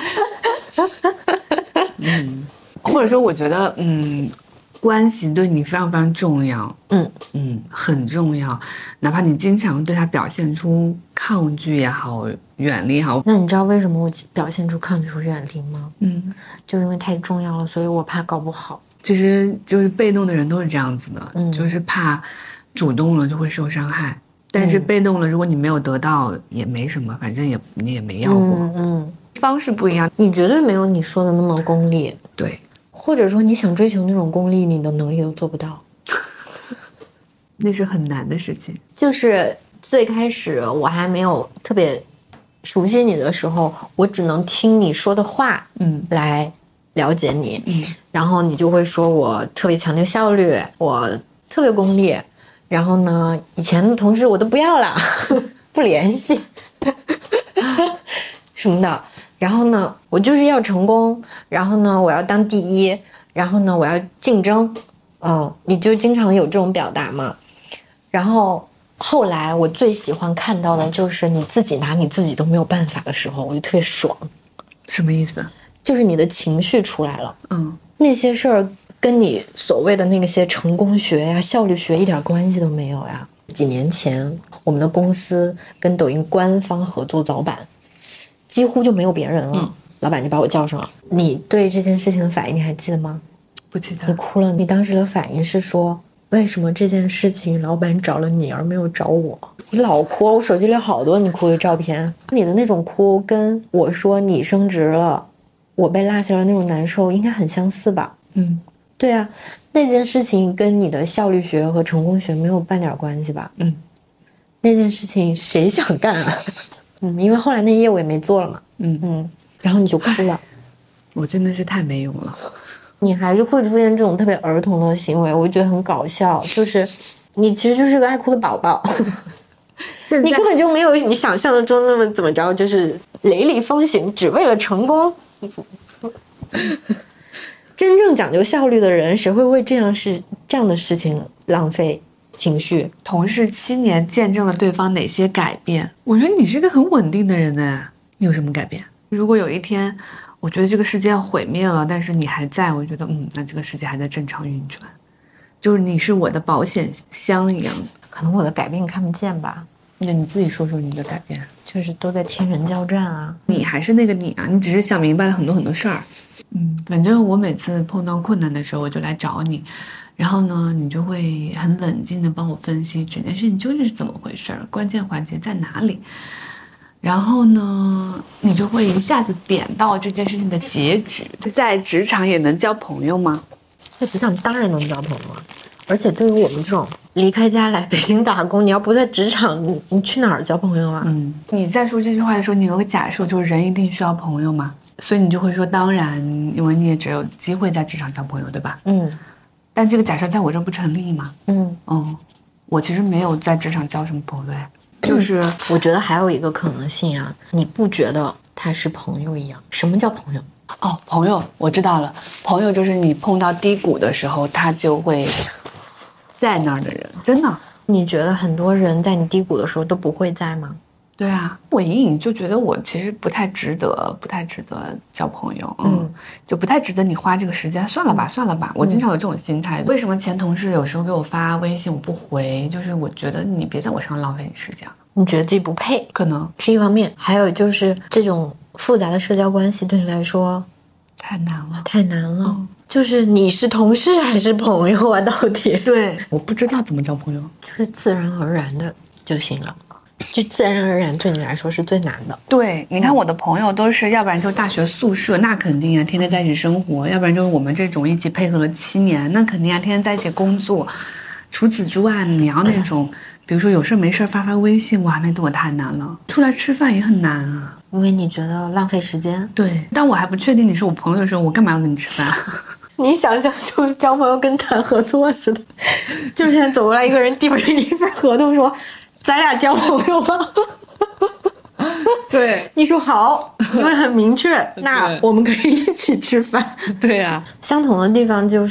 嗯，或者说，我觉得，嗯。关系对你非常非常重要，
嗯
嗯，很重要。哪怕你经常对他表现出抗拒也好，远离也好。
那你知道为什么我表现出抗拒和远离吗？
嗯，
就因为太重要了，所以我怕搞不好。
其实就是被动的人都是这样子的，
嗯，
就是怕主动了就会受伤害，但是被动了，如果你没有得到也没什么，反正也你也没要过。
嗯嗯，
方式不一样，
你绝对没有你说的那么功利。
对。
或者说你想追求那种功利，你的能力都做不到，
那是很难的事情。
就是最开始我还没有特别熟悉你的时候，我只能听你说的话，
嗯，
来了解你，
嗯，
然后你就会说我特别强调效率，我特别功利，然后呢，以前的同事我都不要了，不联系，什么的。然后呢，我就是要成功，然后呢，我要当第一，然后呢，我要竞争，嗯，你就经常有这种表达嘛。然后后来我最喜欢看到的就是你自己拿你自己都没有办法的时候，我就特别爽。
什么意思？
就是你的情绪出来了，
嗯，
那些事儿跟你所谓的那些成功学呀、效率学一点关系都没有呀。几年前，我们的公司跟抖音官方合作早版。几乎就没有别人了、嗯、老板就把我叫上了。你对这件事情的反应你还记得吗？
不记得。
你哭了，你当时的反应是说为什么这件事情老板找了你而没有找我？你老哭，我手机里好多你哭的照片。你的那种哭跟我说你升职了我被落下了那种难受应该很相似吧？
嗯，
对啊，那件事情跟你的效率学和成功学没有半点关系吧？
嗯，
那件事情谁想干啊？嗯，因为后来那业务也没做了嘛，
嗯
嗯，然后你就哭了，
我真的是太没用了。
你还是会出现这种特别儿童的行为，我觉得很搞笑，就是你其实就是个爱哭的宝宝，你根本就没有你想象的中那么怎么着，就是雷厉风行，只为了成功。真正讲究效率的人，谁会为这样事这样的事情浪费情绪？
同事七年见证了对方哪些改变？我觉得你是个很稳定的人呢。你有什么改变？如果有一天我觉得这个世界要毁灭了，但是你还在，我觉得嗯，那这个世界还在正常运转，就是你是我的保险箱一样。
可能我的改变看不见吧。
那你自己说说你的改变。
就是都在天人交战啊，
你还是那个你啊，你只是想明白了很多很多事儿。嗯，反正我每次碰到困难的时候，我就来找你，然后呢，你就会很冷静的帮我分析整件事情究竟是怎么回事，关键环节在哪里。然后呢，你就会一下子点到这件事情的结局。在职场也能交朋友吗？
在职场当然能交朋友啊，而且对于我们这种离开家来北京打工，你要不在职场，你你去哪儿交朋友啊？
嗯，你在说这句话的时候，你有个假设，就是人一定需要朋友吗？所以你就会说当然，因为你也只有机会在职场交朋友，对吧？
嗯，
但这个假设在我这不成立吗？
嗯
嗯，我其实没有在职场交什么朋友，就是
我觉得还有一个可能性啊，你不觉得他是朋友一样？什么叫朋友？
哦，朋友，我知道了，朋友就是你碰到低谷的时候，他就会在那儿的人，真的。
你觉得很多人在你低谷的时候都不会在吗？
对啊，我隐隐就觉得我其实不太值得，不太值得交朋友，嗯，嗯就不太值得你花这个时间，算了吧，算了吧。我经常有这种心态。嗯、为什么前同事有时候给我发微信我不回？就是我觉得你别在我身上浪费你时间了。
你觉得自己不配，
可能
是一方面，还有就是这种复杂的社交关系对你来说
太难了，
太难了。嗯、就是你是同事还是朋友啊？到底？
对，我不知道怎么交朋友，
就是自然而然的就行了。 就自然而然对你来说是最难的。
对，你看我的朋友都是，要不然就大学宿舍，那肯定啊，天天在一起生活；要不然就是我们这种一起配合了七年，那肯定啊，天天在一起工作。除此之外，你要那种，比如说有事没事发发微信，哇，那对我太难了。出来吃饭也很难啊，
因为你觉得浪费时间。
对，但我还不确定你是我朋友的时候，我干嘛要跟你吃饭？
你想想，就交朋友跟谈合作似的，就是现在走过来一个人递给你一份合同，说：“咱俩交朋友吧。”
对，
你说好，因为很明确，那我们可以一起吃饭。
对呀、啊，
相同的地方就是，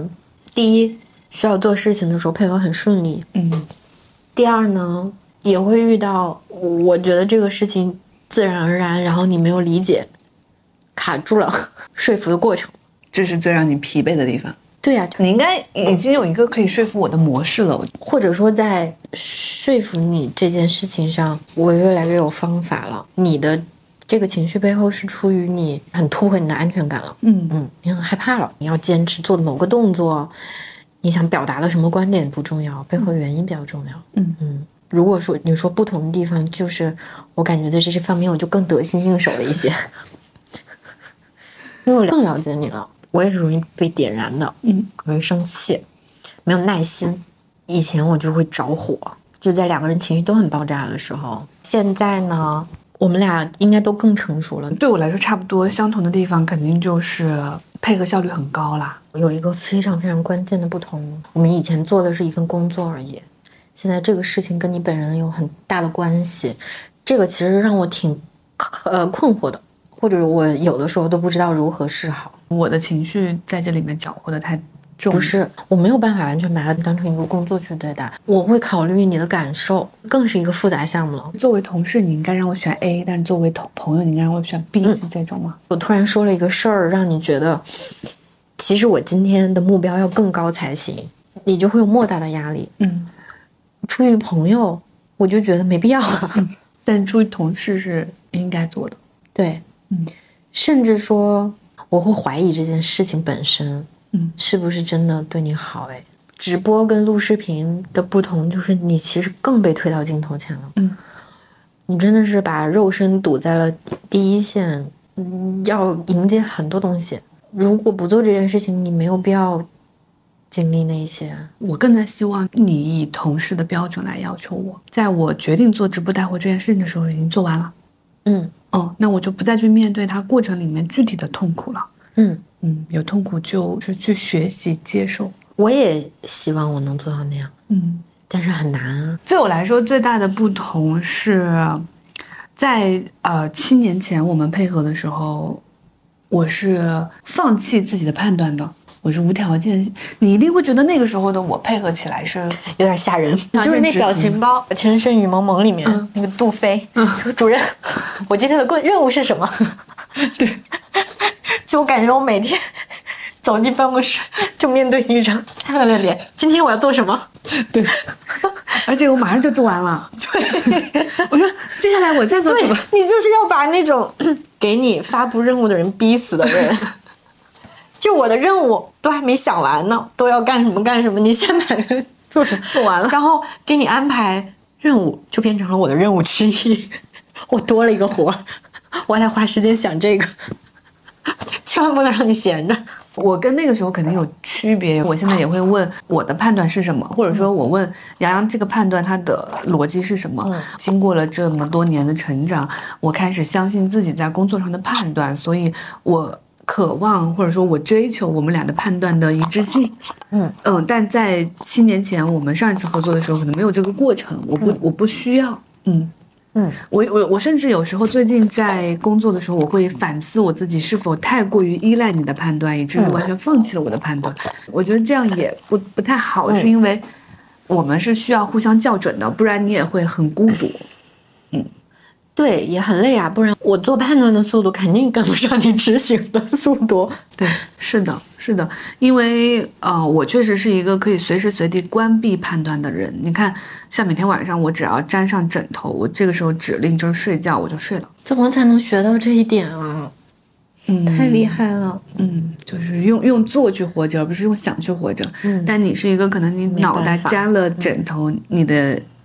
第一，需要做事情的时候配合很顺利。
嗯。
第二呢，也会遇到，我觉得这个事情自然而然，然后你没有理解，卡住了说服的过程。
这是最让你疲惫的地方。
对呀、啊，
你应该已经有一个可以说服我的模式了，
或者说在说服你这件事情上，我越来越有方法了。你的这个情绪背后是出于你很突破你的安全感了，
嗯
嗯，你很害怕了，你要坚持做某个动作，你想表达的什么观点不重要，背后原因比较重要。
嗯
嗯，如果说你说不同的地方，就是我感觉在这方面我就更得心应手了一些，因为我更了解你了。我也是容易被点燃的，
嗯，
容易生气，没有耐心。以前我就会着火，就在两个人情绪都很爆炸的时候。现在呢，我们俩应该都更成熟了。
对我来说差不多，相同的地方肯定就是配合效率很高啦。
有一个非常非常关键的不同，我们以前做的是一份工作而已，现在这个事情跟你本人有很大的关系，这个其实让我挺呃困惑的。或者我有的时候都不知道如何是好，
我的情绪在这里面搅和的太重。
不是，我没有办法完全把它当成一个工作去对待，我会考虑你的感受，更是一个复杂项目了。
作为同事，你应该让我选 A， 但是作为朋友，你应该让我选 B，、嗯、是这种吗？
我突然说了一个事儿，让你觉得，其实我今天的目标要更高才行，你就会有莫大的压力。
嗯，
出于朋友，我就觉得没必要了，
嗯、但出于同事是应该做的。
对。
嗯，
甚至说我会怀疑这件事情本身，
嗯，
是不是真的对你好？哎，直播跟录视频的不同就是你其实更被推到镜头前了，
嗯，
你真的是把肉身堵在了第一线，嗯，要迎接很多东西。如果不做这件事情，你没有必要经历那些。
我更加希望你以同事的标准来要求我，在我决定做直播带货这件事情的时候已经做完了。
嗯。
哦，那我就不再去面对它过程里面具体的痛苦了。
嗯
嗯，有痛苦就是去学习接受。
我也希望我能做到那样，
嗯，
但是很难啊。
对我来说，最大的不同是在呃七年前我们配合的时候，我是放弃自己的判断的。我是无条件，你一定会觉得那个时候的我配合起来是
有点吓人，就是那表情包《情深雨蒙蒙》里面、嗯、那个杜飞、嗯、说主任，我今天的任务是什么？
对，
就我感觉我每天走进办公室就面对一张灿烂的脸，今天我要做什么？
对，而且我马上就做完了。对，我说接下来我再做什么？
你就是要把那种给你发布任务的人逼死的人。就我的任务都还没想完呢，都要干什么干什么，你先把它做
做完了，
然后给你安排任务，就变成了我的任务之一。我多了一个活，我还得花时间想这个，千万不能让你闲着。
我跟那个时候肯定有区别，我现在也会问我的判断是什么，或者说我问洋洋这个判断它的逻辑是什么。
嗯、
经过了这么多年的成长，我开始相信自己在工作上的判断，所以我渴望或者说我追求我们俩的判断的一致性。
嗯
嗯，但在七年前我们上一次合作的时候可能没有这个过程，我不、嗯、我不需要。嗯
嗯，
我我我甚至有时候最近在工作的时候，我会反思我自己是否太过于依赖你的判断，以至于完全放弃了我的判断。嗯、我觉得这样也不不太好，
嗯、
是因为我们是需要互相校准的，不然你也会很孤独。嗯。
对，也很累啊，不然我做判断的速度肯定跟不上你执行的速度。
对，是的，是的，因为呃，我确实是一个可以随时随地关闭判断的人。你看，像每天晚上我只要沾上枕头，我这个时候指令就是睡觉，我就睡了。
怎么才能学到这一点啊？嗯，太厉害了。
嗯，就是用用做去活着，而不是用想去活着。
嗯，
但你是一个可能你脑袋沾了枕头，嗯、你的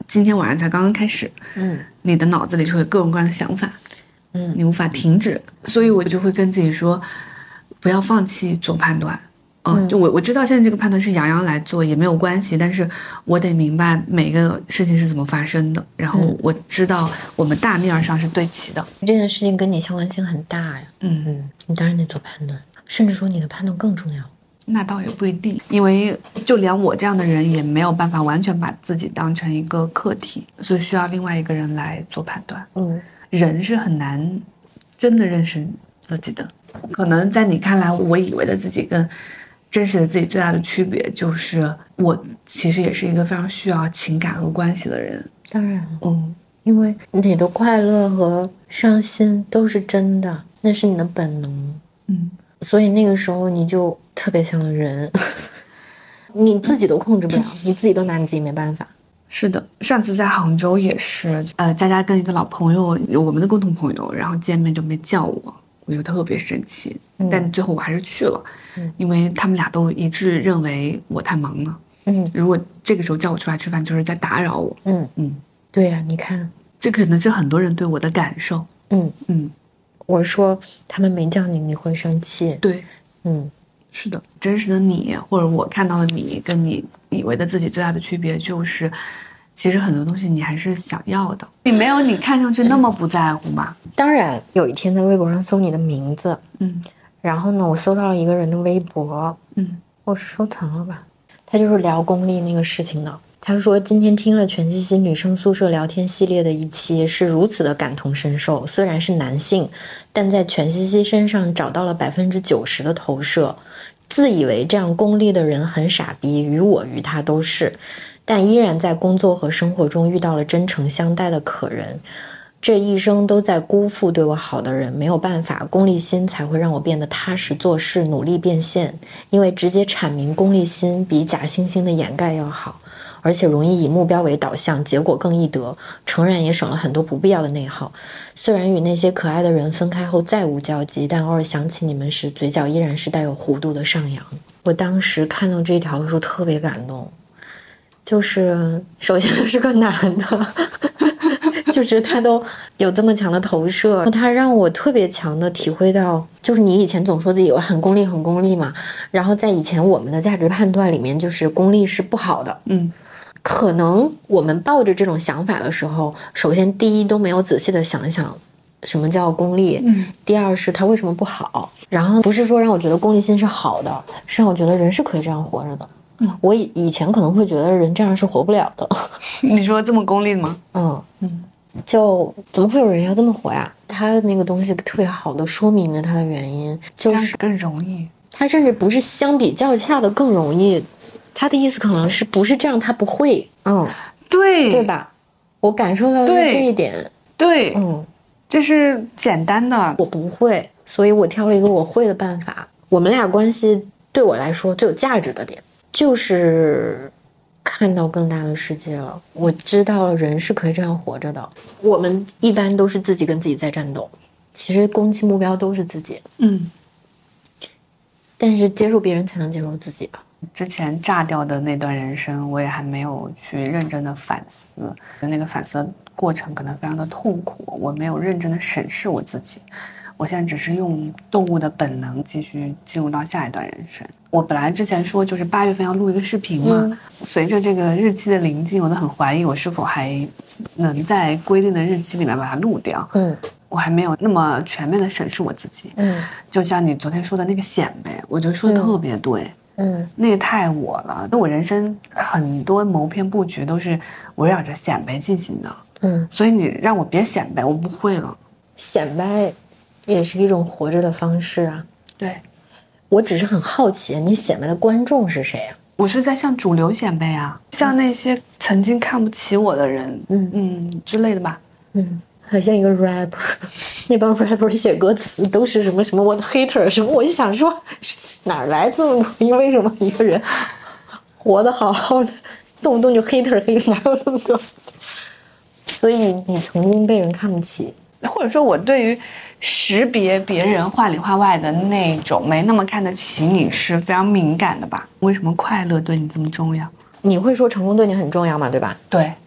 今天晚上才刚刚开始，
嗯，
你的脑子里就会有各种各样的想法，
嗯，
你无法停止，所以我就会跟自己说，不要放弃做判断。嗯，就我我知道现在这个判断是洋洋来做也没有关系，但是我得明白每个事情是怎么发生的，然后我知道我们大面上是对齐的。
这件事情跟你相关性很大呀。
嗯
嗯，你当然得做判断，甚至说你的判断更重要。
那倒也不一定，因为就连我这样的人也没有办法完全把自己当成一个课题，所以需要另外一个人来做判断。
嗯，
人是很难真的认识自己的，可能在你看来，我以为的自己跟真实的自己最大的区别就是我其实也是一个非常需要情感和关系的人。
当然，
嗯，
因为你的快乐和伤心都是真的，那是你的本能。
嗯，
所以那个时候你就特别像人，你自己都控制不了，你自己都拿你自己没办法。
是的，上次在杭州也是，呃，佳佳跟一个老朋友，我们的共同朋友，然后见面就没叫我，我就特别生气，嗯、但最后我还是去了，嗯，因为他们俩都一致认为我太忙了，嗯，如果这个时候叫我出来吃饭，就是在打扰我，
嗯嗯，对呀、啊，你看，
这可能是很多人对我的感受，
嗯
嗯，
我说他们没叫你，你会生气，
对，
嗯。
是的，真实的你或者我看到的你跟你以为的自己最大的区别就是其实很多东西你还是想要的，你没有你看上去那么不在乎嘛。
当然有一天在微博上搜你的名字，
嗯，
然后呢我搜到了一个人的微博，
嗯，
我收藏了吧，他就是聊功利那个事情的。他说今天听了全西西女生宿舍聊天系列的一期，是如此的感同身受，虽然是男性，但在全西西身上找到了百分之九十的投射。自以为这样功利的人很傻逼，于我于他都是，但依然在工作和生活中遇到了真诚相待的可人。这一生都在辜负对我好的人，没有办法，功利心才会让我变得踏实做事，努力变现。因为直接阐明功利心比假惺惺的掩盖要好，而且容易以目标为导向，结果更易得，诚然也省了很多不必要的内耗。虽然与那些可爱的人分开后再无交集，但偶尔想起你们时，嘴角依然是带有弧度的上扬。我当时看到这条的时候特别感动，就是首先他是个男的就是他都有这么强的投射，他让我特别强的体会到，就是你以前总说自己很功利很功利嘛，然后在以前我们的价值判断里面，就是功利是不好的。
嗯，
可能我们抱着这种想法的时候，首先第一都没有仔细的想一想什么叫功利，
嗯，
第二是它为什么不好，然后不是说让我觉得功利心是好的，是让我觉得人是可以这样活着的。嗯，我以以前可能会觉得人这样是活不了的。
你说这么功利吗？
嗯
嗯，
就怎么会有人要这么活呀？他的那个东西特别好的说明了他的原因，就是
更容易。
他甚至不是相比较下的更容易，他的意思可能是不是这样他不会，嗯，
对
对吧？我感受到的是这一点，
对，
嗯，
这是简单的，
我不会，所以我挑了一个我会的办法。我们俩关系对我来说最有价值的点，就是看到更大的世界了。我知道人是可以这样活着的。我们一般都是自己跟自己在战斗，其实攻击目标都是自己，
嗯，
但是接受别人才能接受自己吧。
之前炸掉的那段人生，我也还没有去认真的反思，那个反思的过程可能非常的痛苦，我没有认真的审视我自己。我现在只是用动物的本能继续进入到下一段人生。我本来之前说就是八月份要录一个视频嘛，嗯、随着这个日期的临近，我都很怀疑我是否还能在规定的日期里面把它录掉。嗯，我还没有那么全面的审视我自己。嗯，就像你昨天说的那个显摆，我觉得说的特别对。嗯，那个太我了。那我人生很多谋篇布局都是围绕着显摆进行的。嗯，所以你让我别显摆，我不会了。显摆也是一种活着的方式啊。对，我只是很好奇，你显摆的观众是谁啊？我是在向主流显摆啊，向那些曾经看不起我的人，嗯嗯之类的吧。嗯，好像一个 rapper， 那帮 rapper 写歌词都是什么什么我的 hater 什么，我就想说哪来这么多？因为什么一个人活得好好的，动不动就 hater 黑，哪有那么多？所以你曾经被人看不起。或者说我对于识别别人话里话外的那种没那么看得起你是非常敏感的吧？为什么快乐对你这么重要？你会说成功对你很重要吗？对吧？对，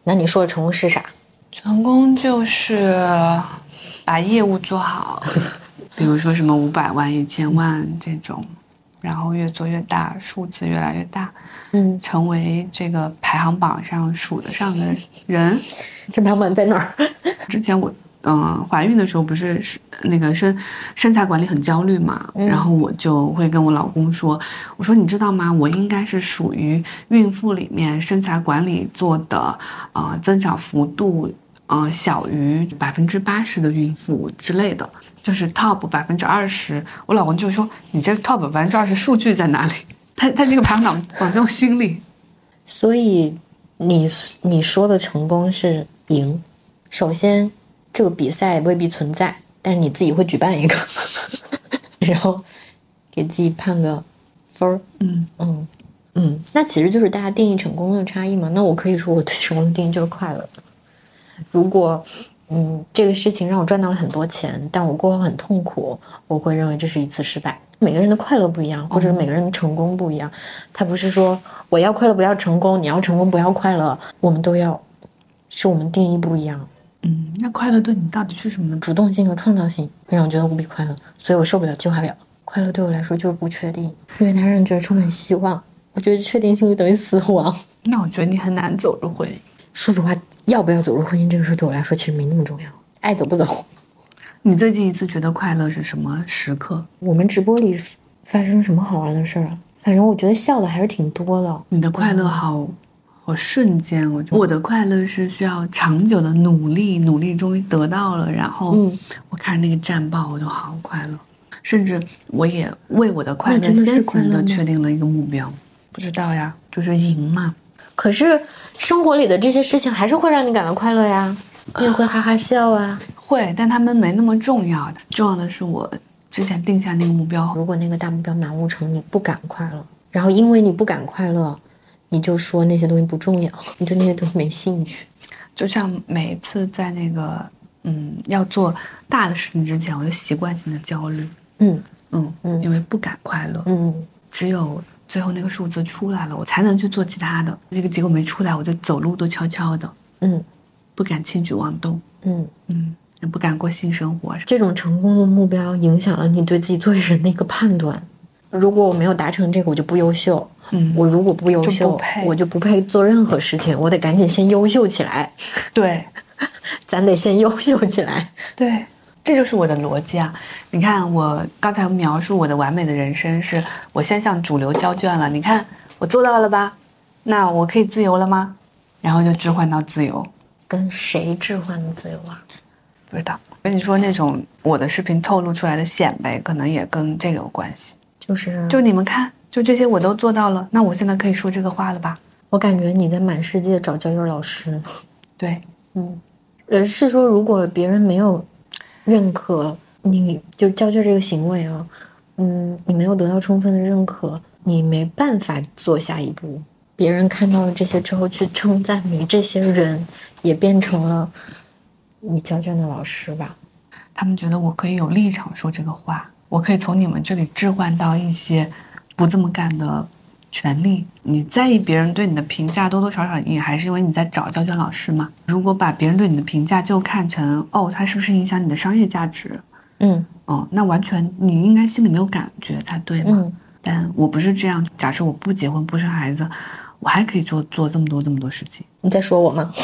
那你说的成功是啥？
成功就是把业务做好，比如说什么五百万、一千万这种，然后越做越大，数字越来越大，
嗯，
成为这个排行榜上数得上的人。
这排行榜在哪儿？
之前我嗯、呃、怀孕的时候不是那个身身材管理很焦虑嘛、嗯，然后我就会跟我老公说，我说你知道吗？我应该是属于孕妇里面身材管理做的呃增长幅度呃小于百分之八十的孕妇之类的，就是 top 百分之二十。我老公就说你这 top 百分之二十数据在哪里？他他这个排行榜榜在我心里。
所以你你说的成功是赢，首先。这个比赛未必存在，但是你自己会举办一个，然后给自己判个分儿。
嗯
嗯嗯，那其实就是大家定义成功的差异嘛。那我可以说我对成功的定义就是快乐。如果嗯这个事情让我赚到了很多钱，但我过后很痛苦，我会认为这是一次失败。每个人的快乐不一样，或者每个人的成功不一样。他不是说我要快乐不要成功，你要成功不要快乐，我们都要，是我们定义不一样。
嗯，那快乐对你到底是什么呢？
主动性和创造性让我觉得无比快乐，所以我受不了计划表。快乐对我来说就是不确定，因为它让人觉得充满希望。我觉得确定性就等于死亡。
那我觉得你很难走入婚姻。
说实话，要不要走入婚姻这个事对我来说其实没那么重要，爱走不走。
你最近一次觉得快乐是什么时刻？
我们直播里发生什么好玩的事啊？反正我觉得笑的还是挺多的。
你的快乐好。嗯好瞬间，我觉得我的快乐是需要长久的努力，努力终于得到了，然后我看着那个战报，我就好快乐，甚至我也为我的快乐先行的确定了一个目标。不知道呀，就是赢嘛。
可是生活里的这些事情还是会让你感到快乐呀，你也会哈哈笑啊。
会，但他们没那么重要的，重要的是我之前定下那个目标。
如果那个大目标满无成，你不敢快乐，然后因为你不敢快乐。你就说那些东西不重要，你对那些东西没兴趣。
就像每一次在那个嗯要做大的事情之前，我就习惯性的焦虑，
嗯
嗯嗯，因为不敢快乐，
嗯，
只有最后那个数字出来了，我才能去做其他的。这个结果没出来，我就走路都悄悄的，
嗯，
不敢轻举妄动，
嗯
嗯，也不敢过性生活。
这种成功的目标影响了你对自己作为人的一个判断。如果我没有达成这个，我就不优秀。
嗯，
我如果不优秀，我就不配做任何事情。我得赶紧先优秀起来。
对，
咱得先优秀起来。
对，这就是我的逻辑啊！你看，我刚才描述我的完美的人生，是我先向主流交卷了。你看，我做到了吧？那我可以自由了吗？然后就置换到自由。
跟谁置换的自由啊？
不知道。跟你说，那种我的视频透露出来的显摆，可能也跟这个有关系。
就是
就你们看，就这些我都做到了，那我现在可以说这个话了吧？
我感觉你在满世界找教育老师。
对，
嗯，呃，是说如果别人没有认可你，就教卷这个行为啊，嗯，你没有得到充分的认可，你没办法做下一步。别人看到了这些之后去称赞你，这些人也变成了你教卷的老师吧？
他们觉得我可以有立场说这个话。我可以从你们这里置换到一些不这么干的权利。你在意别人对你的评价，多多少少也还是因为你在找教卷老师嘛。如果把别人对你的评价就看成哦，它是不是影响你的商业价值？
嗯，
哦，那完全你应该心里没有感觉才对嘛。
嗯，
但我不是这样。假设我不结婚不生孩子，我还可以做做这么多这么多事情。
你在说我吗？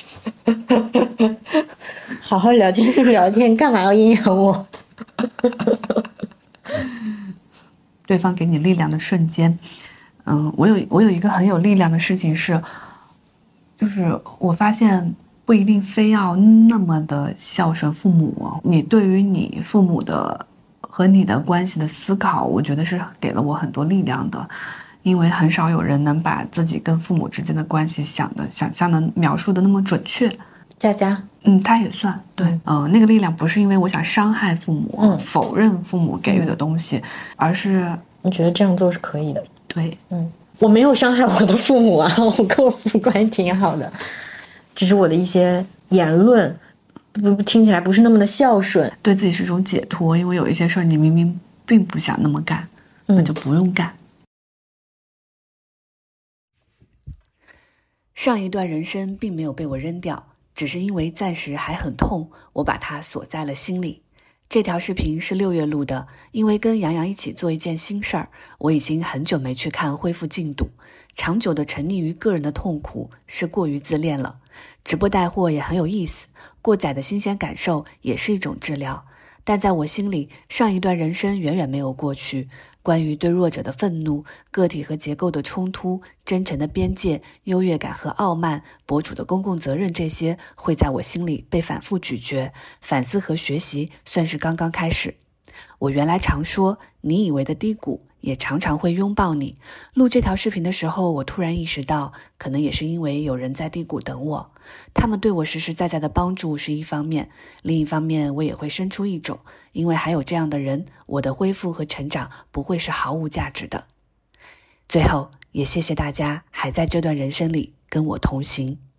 好好聊天是聊天，干嘛要阴阳我？
对方给你力量的瞬间，嗯，我有我有一个很有力量的事情是，就是我发现不一定非要那么的孝顺父母，你对于你父母的和你的关系的思考，我觉得是给了我很多力量的，因为很少有人能把自己跟父母之间的关系想的想象的描述的那么准确。
佳佳，
嗯，他也算对，嗯、呃，那个力量不是因为我想伤害父母，
嗯，
否认父母给予的东西，嗯，而是
你觉得这样做是可以的。
对，
嗯，我没有伤害我的父母啊，我跟我父母关系挺好的，只是我的一些言论，不听起来不是那么的孝顺，
对自己是一种解脱，因为有一些事儿你明明并不想那么干，嗯，那就不用干。 上一段人生并没有被我扔掉，只是因为暂时还很痛，我把它锁在了心里。这条视频是六月录的，因为跟杨洋一起做一件新事儿，我已经很久没去看恢复进度。长久的沉溺于个人的痛苦是过于自恋了。直播带货也很有意思，过载的新鲜感受也是一种治疗。但在我心里，上一段人生远远没有过去。关于对弱者的愤怒、个体和结构的冲突、真诚的边界、优越感和傲慢、博主的公共责任，这些会在我心里被反复咀嚼。反思和学习算是刚刚开始。我原来常说，你以为的低谷也常常会拥抱你。录这条视频的时候，我突然意识到，可能也是因为有人在低谷等我。他们对我实实在在的帮助是一方面，另一方面我也会生出一种，因为还有这样的人，我的恢复和成长不会是毫无价值的。最后，也谢谢大家还在这段人生里跟我同行。